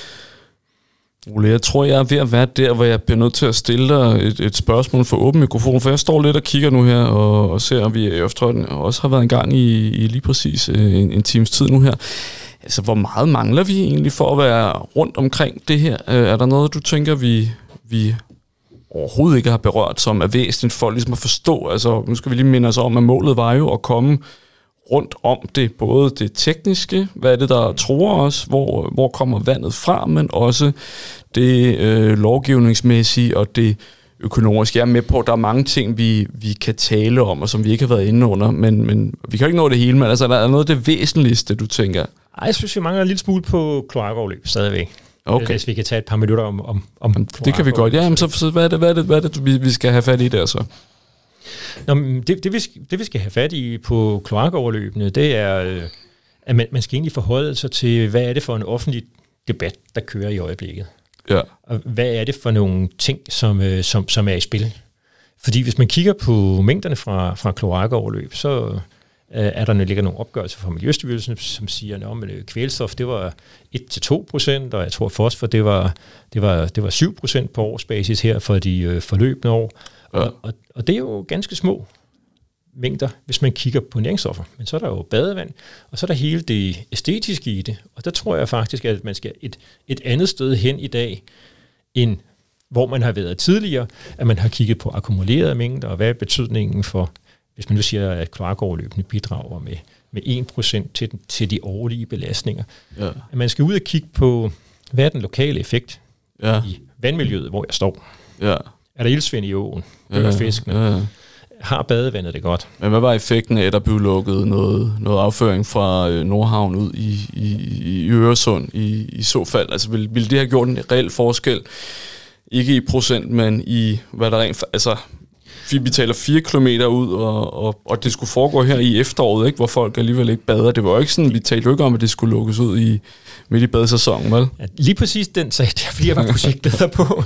Ole, jeg tror, jeg er ved at være der, hvor jeg bliver nødt til at stille dig et spørgsmål for åben mikrofon, for jeg står lidt og kigger nu her, og ser, at vi efterhånden også har været en gang i lige præcis en times tid nu her. Altså, hvor meget mangler vi egentlig for at være rundt omkring det her? Er der noget, du tænker, vi overhovedet ikke har berørt, som er væsentligt for ligesom at forstå? Altså, nu skal vi lige minde os om, at målet var jo at komme rundt om det, både det tekniske, hvad er det, der truer os, hvor kommer vandet fra, men også det lovgivningsmæssige og det økonomiske. Jeg er med på, at der er mange ting, vi kan tale om, og som vi ikke har været inde under, men vi kan ikke nå det hele, men altså, der er noget af det væsentligste, du tænker? Ej, jeg synes, vi mangler en lille smule på kloakoverløb stadigvæk. Okay. Hvis vi kan tage et par minutter om det kan vi godt. Ja, men så hvad er det, vi skal have fat i der så? Nå, det vi skal have fat i på kloakoverløbene, det er, at man skal egentlig forholde sig til, hvad er det for en offentlig debat, der kører i øjeblikket. Ja. Og hvad er det for nogle ting, som er i spil? Fordi hvis man kigger på mængderne fra kloakoverløb, så ligger nogle opgørelser fra Miljøstyrelsen, som siger, at kvælstof, det var 1-2%, og jeg tror fosfor, det var 7% på årsbasis her for de forløbende år. Ja. Og det er jo ganske små mængder, hvis man kigger på næringsstoffer. Men så er der jo badevand, og så er der hele det æstetiske i det. Og der tror jeg faktisk, at man skal et andet sted hen i dag, end hvor man har været tidligere, at man har kigget på akkumulerede mængder, og hvad er betydningen for, hvis man nu siger, at kloakoverløbene bidrager med 1% til de årlige belastninger. Ja. At man skal ud og kigge på, hvad er den lokale effekt i vandmiljøet, hvor jeg står. Ja. Er der ildsvind i åen? Dør fiskene? Ja. Har badevandet det godt? Men hvad var effekten af, at der blev lukket noget afføring fra Nordhavn ud i Øresund i så fald? Altså ville det have gjort en reel forskel? Ikke i procent, men i hvad der rent... Altså, vi taler 4 kilometer ud, og det skulle foregå her i efteråret, ikke, hvor folk alligevel ikke bader. Det var jo ikke sådan, vi talte jo ikke om, at det skulle lukkes ud midt i badesæsonen, vel? Ja, lige præcis den sag, der fordi jeg var projektleder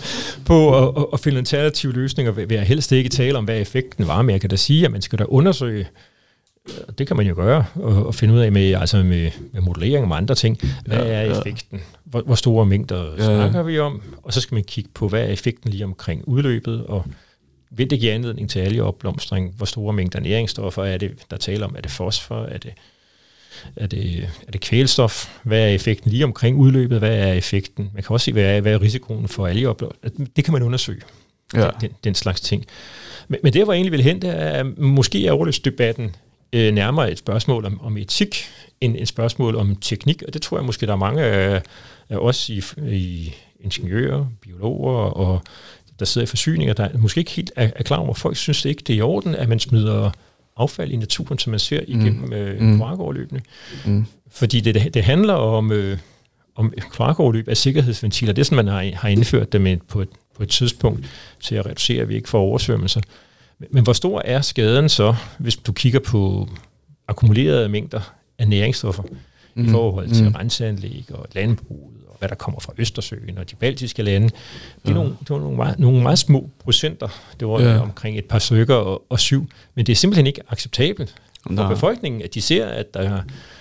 på at finde alternative løsninger, vil jeg helst ikke tale om, hvad effekten var, men jeg kan da sige, at man skal da undersøge, og det kan man jo gøre, og finde ud af med modellering og andre ting, hvad er effekten? Hvor store mængder snakker vi om? Og så skal man kigge på, hvad er effekten lige omkring udløbet, og vil det give anledning til algeopblomstring? Hvor store mængder næringsstoffer er det, der taler om? Er det fosfor? Er det kvælstof? Hvad er effekten lige omkring udløbet? Hvad er effekten? Man kan også se, hvad er risikoen for algeopblomstring? Det kan man undersøge. Ja. Den slags ting. Men det, hvor jeg egentlig vil hen, det er, måske er overløbsdebatten nærmere et spørgsmål om etik, end et spørgsmål om teknik. Og det tror jeg måske, der er mange af os i ingeniører, biologer og der sidder i forsyninger, der måske ikke helt er klar over, folk synes det ikke, det er i orden, at man smider affald i naturen, som man ser igennem kloakoverløbene. Fordi det handler om kloakoverløb af sikkerhedsventiler. Det er sådan, man har indført dem på et tidspunkt til at reducere, at vi ikke får oversvømmelser. Men hvor stor er skaden så, hvis du kigger på akkumulerede mængder af næringsstoffer i forhold til renseanlæg og landbrug, og hvad der kommer fra Østersøen og de baltiske lande. Det er nogle meget små procenter. Det var omkring et par stykker og 7. Men det er simpelthen ikke acceptabelt for befolkningen, at de ser, at der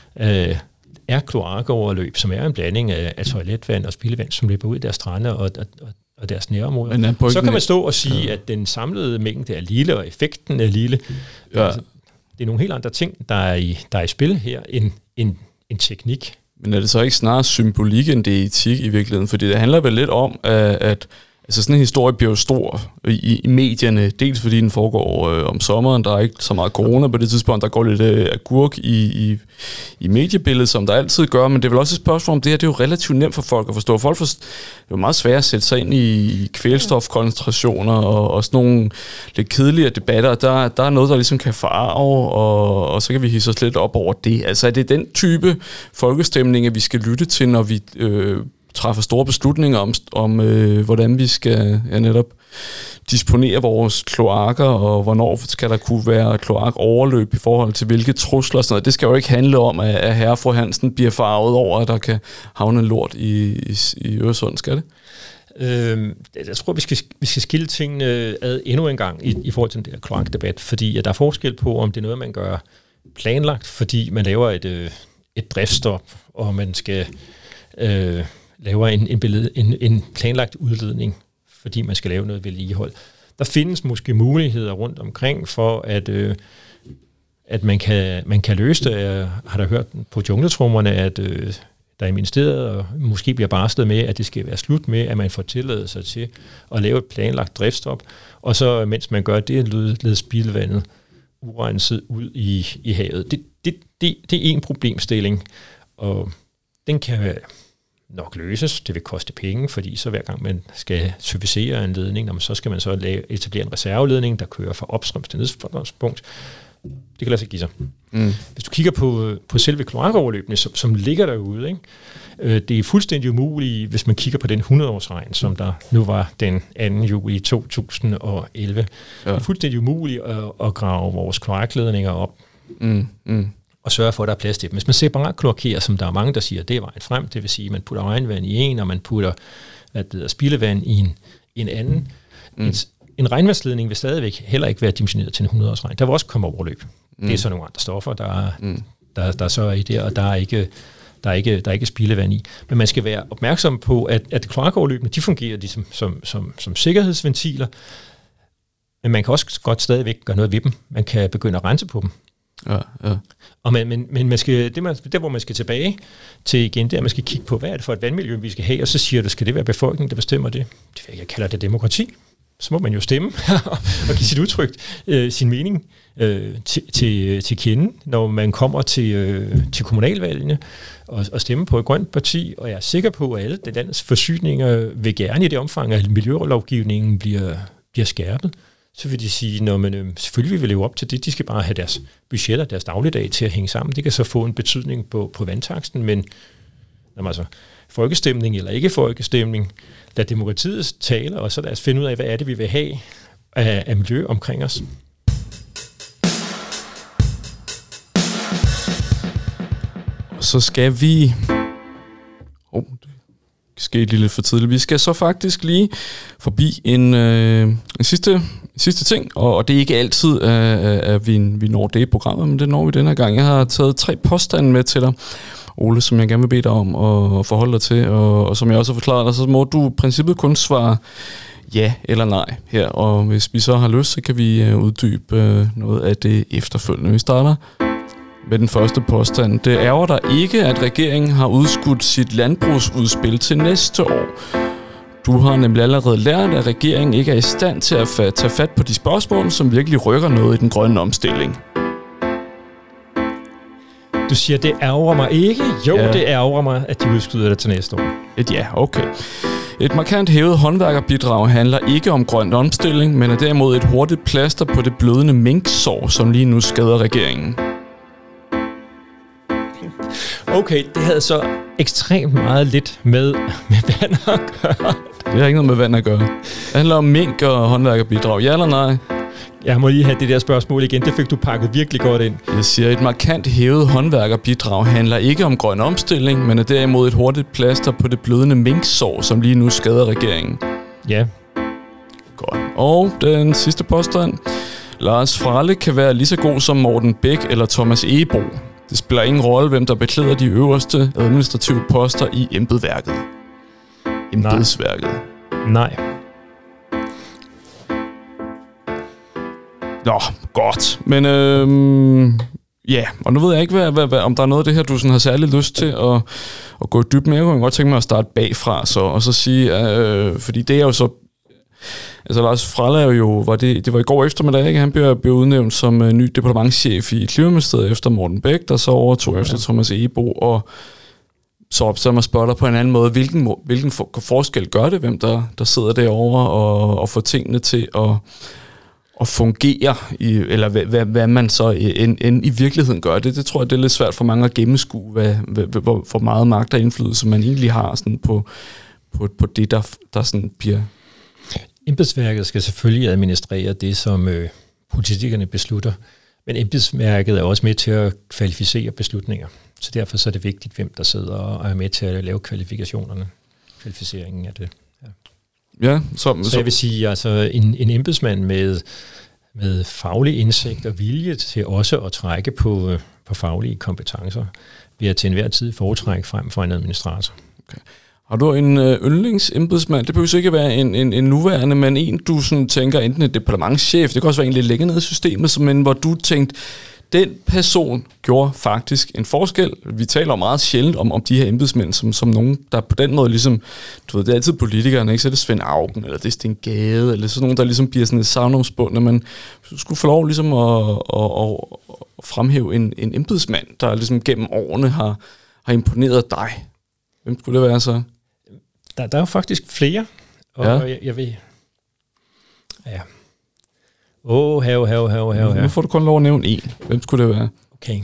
er kloakoverløb, som er en blanding af toiletvand og spildevand, som løber ud i deres strande og deres nærområder. Så kan man stå og sige, at den samlede mængde er lille, og effekten er lille. Ja. Altså, det er nogle helt andre ting, der er i spil her, end en teknik. Men er det så ikke snarere symbolik, end det er etik i virkeligheden? Fordi det handler vel lidt om, at altså sådan en historie bliver jo stor i medierne, dels fordi den foregår om sommeren, der er ikke så meget corona på det tidspunkt, der går lidt agurk i mediebilledet, som der altid gør, men det er vel også et spørgsmål om det her, det er jo relativt nemt for folk at forstå. Det er jo meget svært at sætte sig ind i kvælstofkoncentrationer og sådan nogle lidt kedelige debatter, der er noget, der ligesom kan forarve, og så kan vi hisse os lidt op over det. Altså er det den type folkestemning, vi skal lytte til, når vi træffer store beslutninger om hvordan vi skal netop disponere vores kloakker, og hvornår skal der kunne være kloakoverløb i forhold til hvilke trusler og sådan noget. Det skal jo ikke handle om, at herre og fru Hansen bliver farvet over, at der kan havne lort i Øresund, skal det? Jeg tror, vi skal skille tingene ad endnu en gang i forhold til den der kloakdebat, fordi at der er forskel på, om det er noget, man gør planlagt, fordi man laver et driftsstop, og man skal laver en planlagt udledning, fordi man skal lave noget vedligehold. Der findes måske muligheder rundt omkring for, at man kan løse det. Jeg har da hørt på jungletrummerne, at der i ministeriet måske bliver barslet med, at det skal være slut med, at man får tilladelse til at lave et planlagt driftstop, og så mens man gør det, leder spildevandet urenset ud i havet. Det er en problemstilling, og den kan nok løses. Det vil koste penge, fordi så hver gang man skal servicere en ledning, så skal man så etablere en reserveledning, der kører fra opstrøms til nedstrømspunkt. Det kan lade sig give sig. Hvis du kigger på selve kloakoverløbene, som ligger derude, ikke? Det er fuldstændig umuligt, hvis man kigger på den 100-årsregn, som der nu var den 2. juli 2011. Ja. Det er fuldstændig umuligt at grave vores kloakledninger op. Og sørge for, at der er plads til dem. Hvis man separat kloakerer, som der er mange, der siger, det er vejen frem, det vil sige, at man putter regnvand i en, og man putter spildevand i en anden. En regnvandsledning vil stadigvæk heller ikke være dimensioneret til en 100-årsregn. Der vil også komme overløb. Det er så nogle andre stoffer, der så er i det, og der er ikke spildevand i. Men man skal være opmærksom på, at kloakoverløbene, de fungerer ligesom som sikkerhedsventiler, men man kan også godt stadigvæk gøre noget ved dem. Man kan begynde at rense på dem. Ja. Og men man skal, der hvor man skal tilbage til igen, det er, at man skal kigge på, hvad er det for et vandmiljø, vi skal have, og så siger du, skal det være befolkningen, der bestemmer det? Jeg kalder det demokrati. Så må man jo stemme og give sit udtryk, sin mening til kende, når man kommer til kommunalvalgene og stemme på et grønt parti, og jeg er sikker på, at alle det landets forsyninger vil gerne i det omfang, at miljølovgivningen bliver skærpet. Så vil de sige, selvfølgelig vil vi leve op til det. De skal bare have deres budgetter, deres dagligdag til at hænge sammen. Det kan så få en betydning på vandtaksten, men altså, folkestemning eller ikke folkestemning, lad demokratiet tale, og så lad os finde ud af, hvad er det, vi vil have af miljø omkring os. Og så skal vi... det skete lidt for tidligt. Vi skal så faktisk lige forbi en sidste ting, og det er ikke altid, at vi når det i programmet, men det når vi denne her gang. Jeg har taget 3 påstande med til dig, Ole, som jeg gerne vil bede dig om at forholde dig til, og som jeg også har forklaret dig, så må du i princippet kun svare ja eller nej her, og hvis vi så har lyst, så kan vi uddybe noget af det efterfølgende. Vi starter med den første påstand. Det ærger dig ikke, at regeringen har udskudt sit landbrugsudspil til næste år. Du har nemlig allerede lært, at regeringen ikke er i stand til at tage fat på de spørgsmål, som virkelig rykker noget i den grønne omstilling. Du siger, det ærger mig ikke? Jo, ja. Det ærger mig, at de udskyder det til næste år. Ja, okay. Et markant hævet håndværkerbidrag handler ikke om grøn omstilling, men er derimod et hurtigt plaster på det blødende minksår, som lige nu skader regeringen. Okay, det havde så ekstremt meget lidt med vand at gøre. Det har ikke noget med vand at gøre. Det handler om mink og håndværkerbidrag. Ja eller nej? Jeg må lige have det der spørgsmål igen. Det fik du pakket virkelig godt ind. Jeg siger, et markant hævet håndværkerbidrag handler ikke om grøn omstilling, men er derimod et hurtigt plaster på det blødende minksår, som lige nu skader regeringen. Ja. Godt. Og den sidste påstand. Lars Fralle kan være lige så god som Morten Bæk eller Thomas Ebo. Det spiller ingen rolle, hvem der beklæder de øverste administrative poster i embedsværket. Nej. Nå, godt. Men Ja, og nu ved jeg ikke, om der er noget af det her, du sådan har særlig lyst til at gå i dybden med. Jeg kunne godt tænke mig at starte bagfra, og så sige, fordi det er jo så... Altså Lars Frella jo, det var i går eftermiddag, ikke? Han blev udnævnt som ny departementschef i Klimaministeriet efter Morten Bæk, der så overtog efter Thomas Ebo, og så opstår man spørger dig på en anden måde, hvilken forskel gør det, hvem der sidder derovre og får tingene til at fungere, eller hvad man så end i virkeligheden gør. Det tror jeg, det er lidt svært for mange at gennemskue, hvor meget magt og indflydelse man egentlig har sådan på det, der sådan bliver... Embedsværket skal selvfølgelig administrere det, som politikerne beslutter, men embedsværket er også med til at kvalificere beslutninger. Så derfor så er det vigtigt, hvem der sidder og er med til at lave kvalificeringen af det. Ja, så jeg vil sige, altså en embedsmand med faglig indsigt og vilje til også at trække på faglige kompetencer, vil jeg til enhver tid foretrække frem for en administrator. Okay. Har du en yndlingsembedsmand? Det behøver ikke være en nuværende, men en, du sådan tænker, enten en departementschef, det kan også være en lidt længere nede i systemet, men hvor du tænkte, den person gjorde faktisk en forskel. Vi taler meget sjældent om de her embedsmænd, som nogen, der på den måde ligesom, du ved, det er altid politikerne, ikke? Så er det Svend Auken, eller det er Sten Gade, eller sådan nogen, der ligesom bliver sådan et savnomsbundet, men du skulle få lov ligesom at fremhæve en embedsmand, der ligesom gennem årene har imponeret dig. Hvem skulle det være så? Der er jo faktisk flere, og jeg vil... Ja. Her. Nu får du kun lov at nævne en. Hvem skulle det være? Okay.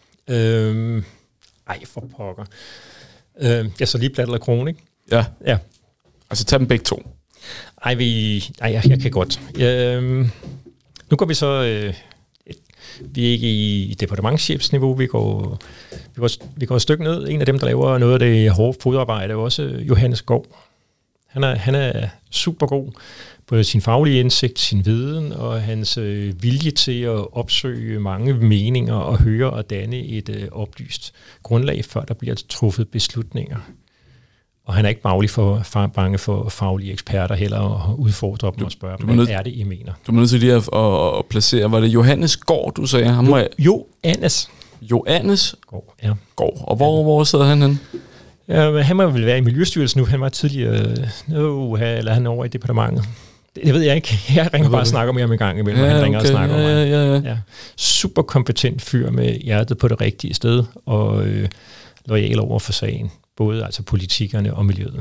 For pokker. Jeg så lige Plat eller Kron, ikke? Ja. Ja. Altså tag dem begge to. Jeg kan godt. Nu går vi så... vi er ikke i departementschefsniveau, vi går et stykke ned. En af dem, der laver noget af det hårde fodarbejde, er også Johannes Skov. Han er super god på sin faglige indsigt, sin viden og hans vilje til at opsøge mange meninger og høre og danne et oplyst grundlag, før der bliver truffet beslutninger. Og han er ikke bange for faglige eksperter heller og udfordre dem og spørge dem, hvad er det, I mener? Du må nødt til lige at placere, var det Johannes Gård, du sagde? Johannes. Johannes Gård, ja. Gård. Og hvor sidder han hen? Ja, han må vel være i Miljøstyrelsen nu. Han var tidligere, eller han er over i departementet. Det ved jeg ikke. Jeg ringer bare og snakker med ham en gang imellem, og han ringer og snakker om mig. Ja. Super kompetent fyr med hjertet på det rigtige sted, og loyal over for sagen. Både altså politikerne og miljøet.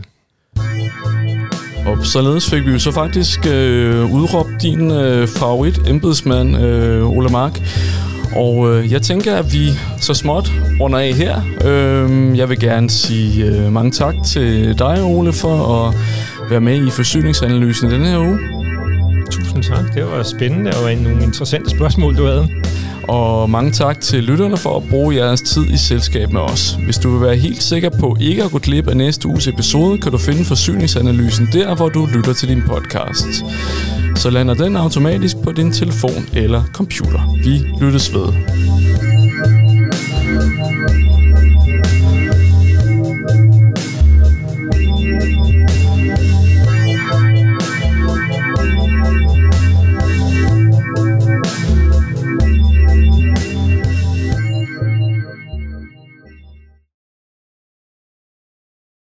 Og således fik vi jo så faktisk udråbt din favorit embedsmand, Ole Mark. Og jeg tænker, at vi så småt runder af her. Jeg vil gerne sige mange tak til dig, Ole, for at være med i forsyningsanalysen denne her uge. Tusind tak. Det var spændende og nogle interessante spørgsmål, du havde. Og mange tak til lytterne for at bruge jeres tid i selskab med os. Hvis du vil være helt sikker på ikke at gå glip af næste uges episode, kan du finde forsyningsanalysen der, hvor du lytter til din podcast. Så lander den automatisk på din telefon eller computer. Vi lyttes ved.